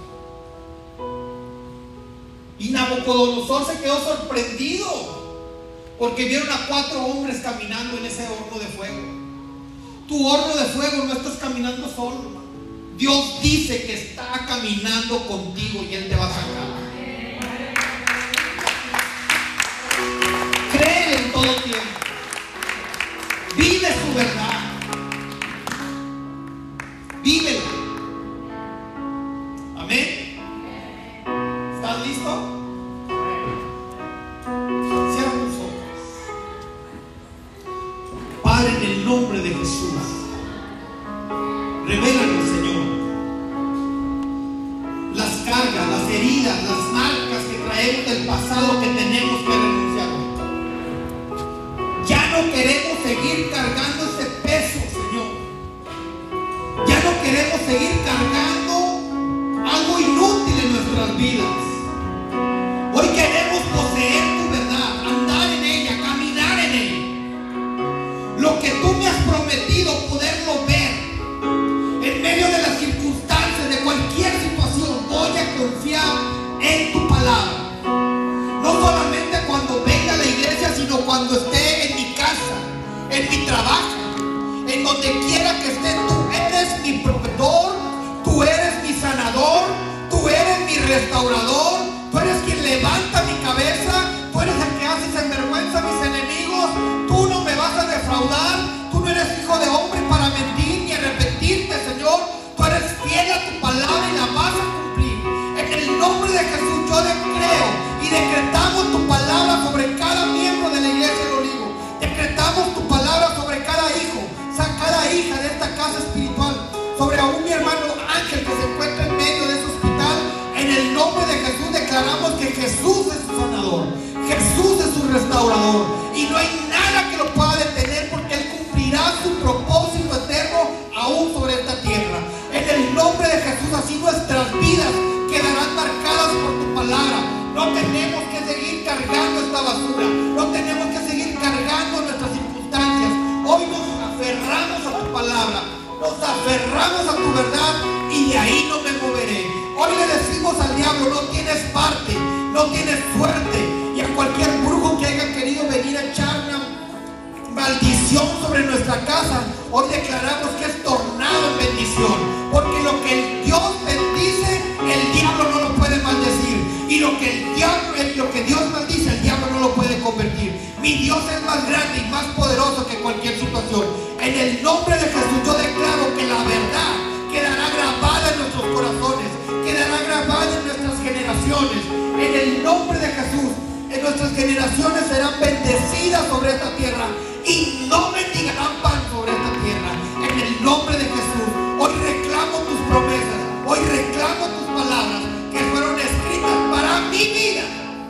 Y Nabucodonosor se quedó sorprendido porque vieron a 4 hombres caminando en ese horno de fuego. Tu horno de fuego no estás caminando solo, hermano. Dios dice que está caminando contigo y Él te va a sacar. Créele en todo tiempo. Vive su verdad. Vívela. Amén. ¿Estás listo? Cierra tus ojos. Padre, en el nombre de Jesús, revélanos, Señor, las cargas, las heridas, las marcas que traemos del pasado que tenemos que renunciar. Ya no queremos seguir cargando ese peso, Señor. Ya no queremos seguir cargando algo inútil en nuestras vidas. Hoy queremos poseer tu verdad, andar en ella, caminar en ella. Lo que tú me has prometido, poderlo ver. En medio de las circunstancias, de cualquier situación, voy a confiar en tu palabra. No solamente cuando venga a la iglesia, sino cuando esté en mi casa, en mi trabajo, en donde quiera que esté. Tú eres aferramos a tu verdad y de ahí no me moveré. Hoy le decimos al diablo: no tienes parte, no tienes suerte. Y a cualquier brujo que haya querido venir a echar una maldición sobre nuestra casa, hoy declaramos que es tornado en bendición, porque lo que el Dios bendice, el diablo no lo puede maldecir, y lo que Dios maldice, el diablo no lo puede convertir. Mi Dios es más grande y más poderoso que cualquier situación. En el nombre de Jesús yo declaro que la verdad quedará grabada en nuestros corazones, quedará grabada en nuestras generaciones. En el nombre de Jesús, en nuestras generaciones serán bendecidas sobre esta tierra y no mendigarán pan sobre esta tierra. En el nombre de Jesús, hoy reclamo tus promesas, hoy reclamo tus palabras que fueron escritas para mi vida,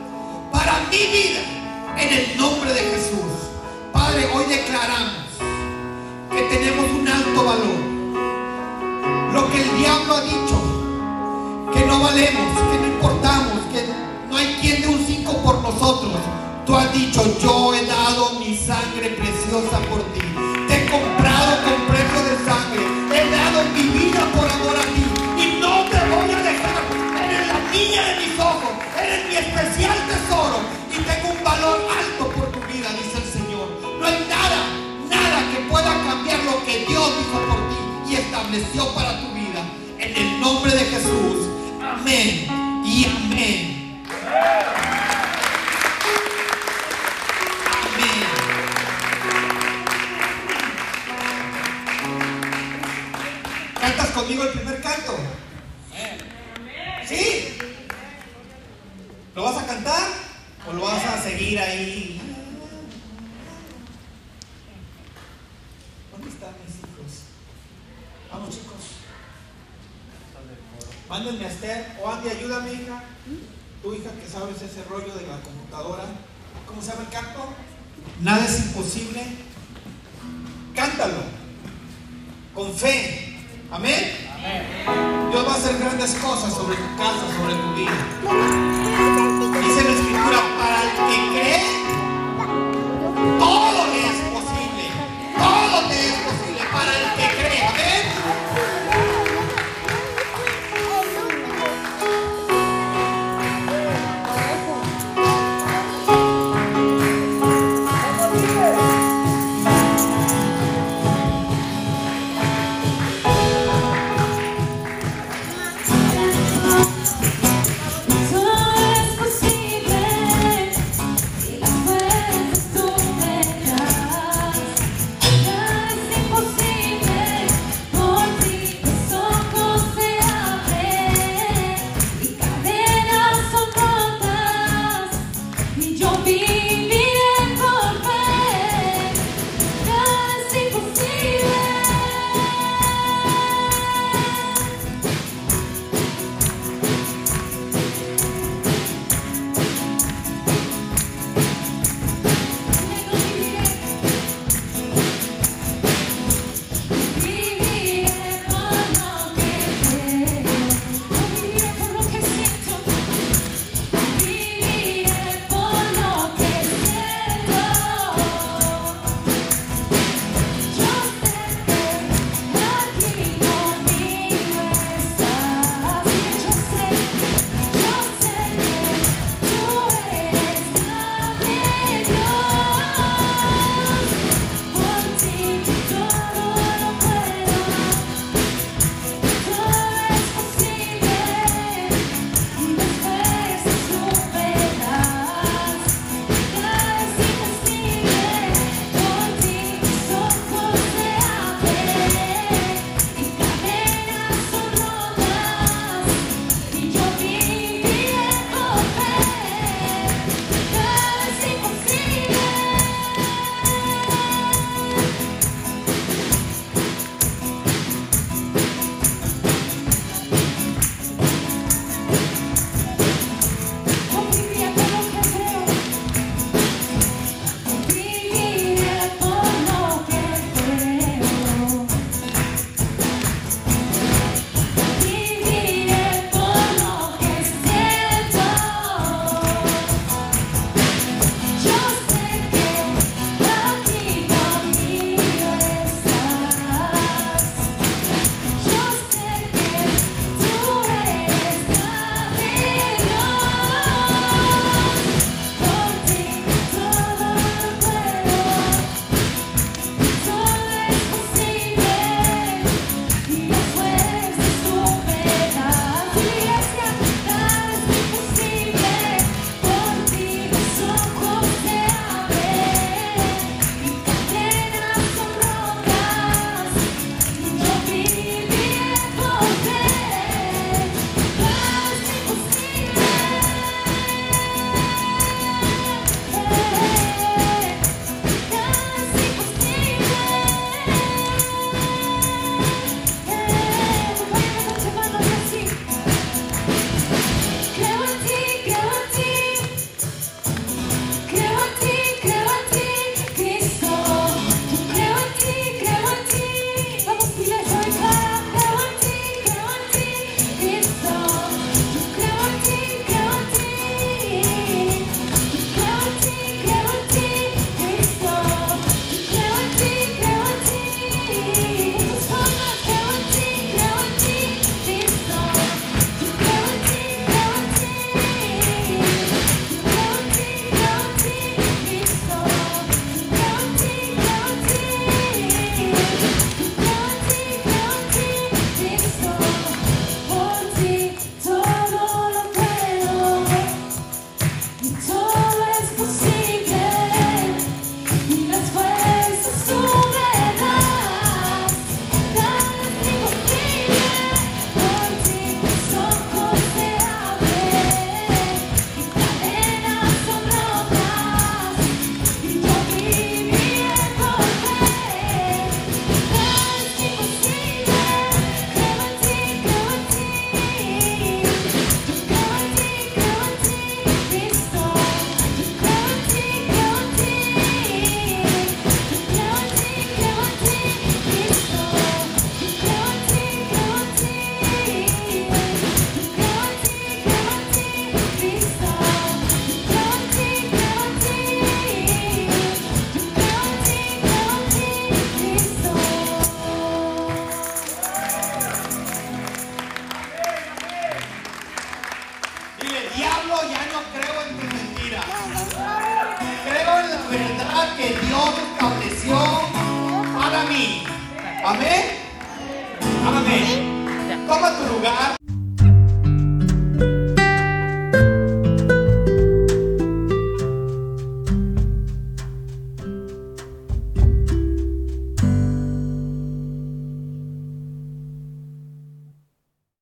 en el nombre de Jesús. Padre, hoy declaramos que tenemos un alto valor. Lo que el diablo ha dicho, que no valemos, que no importamos, que no hay quien dé un 5 por nosotros. Tú has dicho: yo he dado mi sangre preciosa por ti. Te he comprado con precio de sangre. He dado mi vida por amor a ti. Y no te voy a dejar. Eres la niña de mis ojos. Eres mi especial tesoro. Y tengo un valor alto por tu vida, dice el Señor. No hay nada que pueda cambiar lo que Dios dijo por ti y estableció para tu vida. En el nombre de Jesús. Amén y amén. ¿Cantas conmigo el primer canto? ¿Sí? ¿Lo vas a cantar o lo vas a seguir ahí? ¿Dónde están mis hijos? Vamos, chicos. Mándenme a Esther o Andy, ayúdame, hija. Tu hija que sabes ese rollo de la computadora. ¿Cómo se llama el canto? Nada es imposible. Cántalo con fe. Amén. Amén. Dios va a hacer grandes cosas sobre tu casa, sobre tu vida. Dice la Escritura: para el que cree, todo le es posible. Todo te es posible para el que cree. Amén. Todo es posible. diablo, ya no creo en tus mentiras. Creo en la verdad que Dios estableció para mí. Amén. Amén. Toma tu lugar.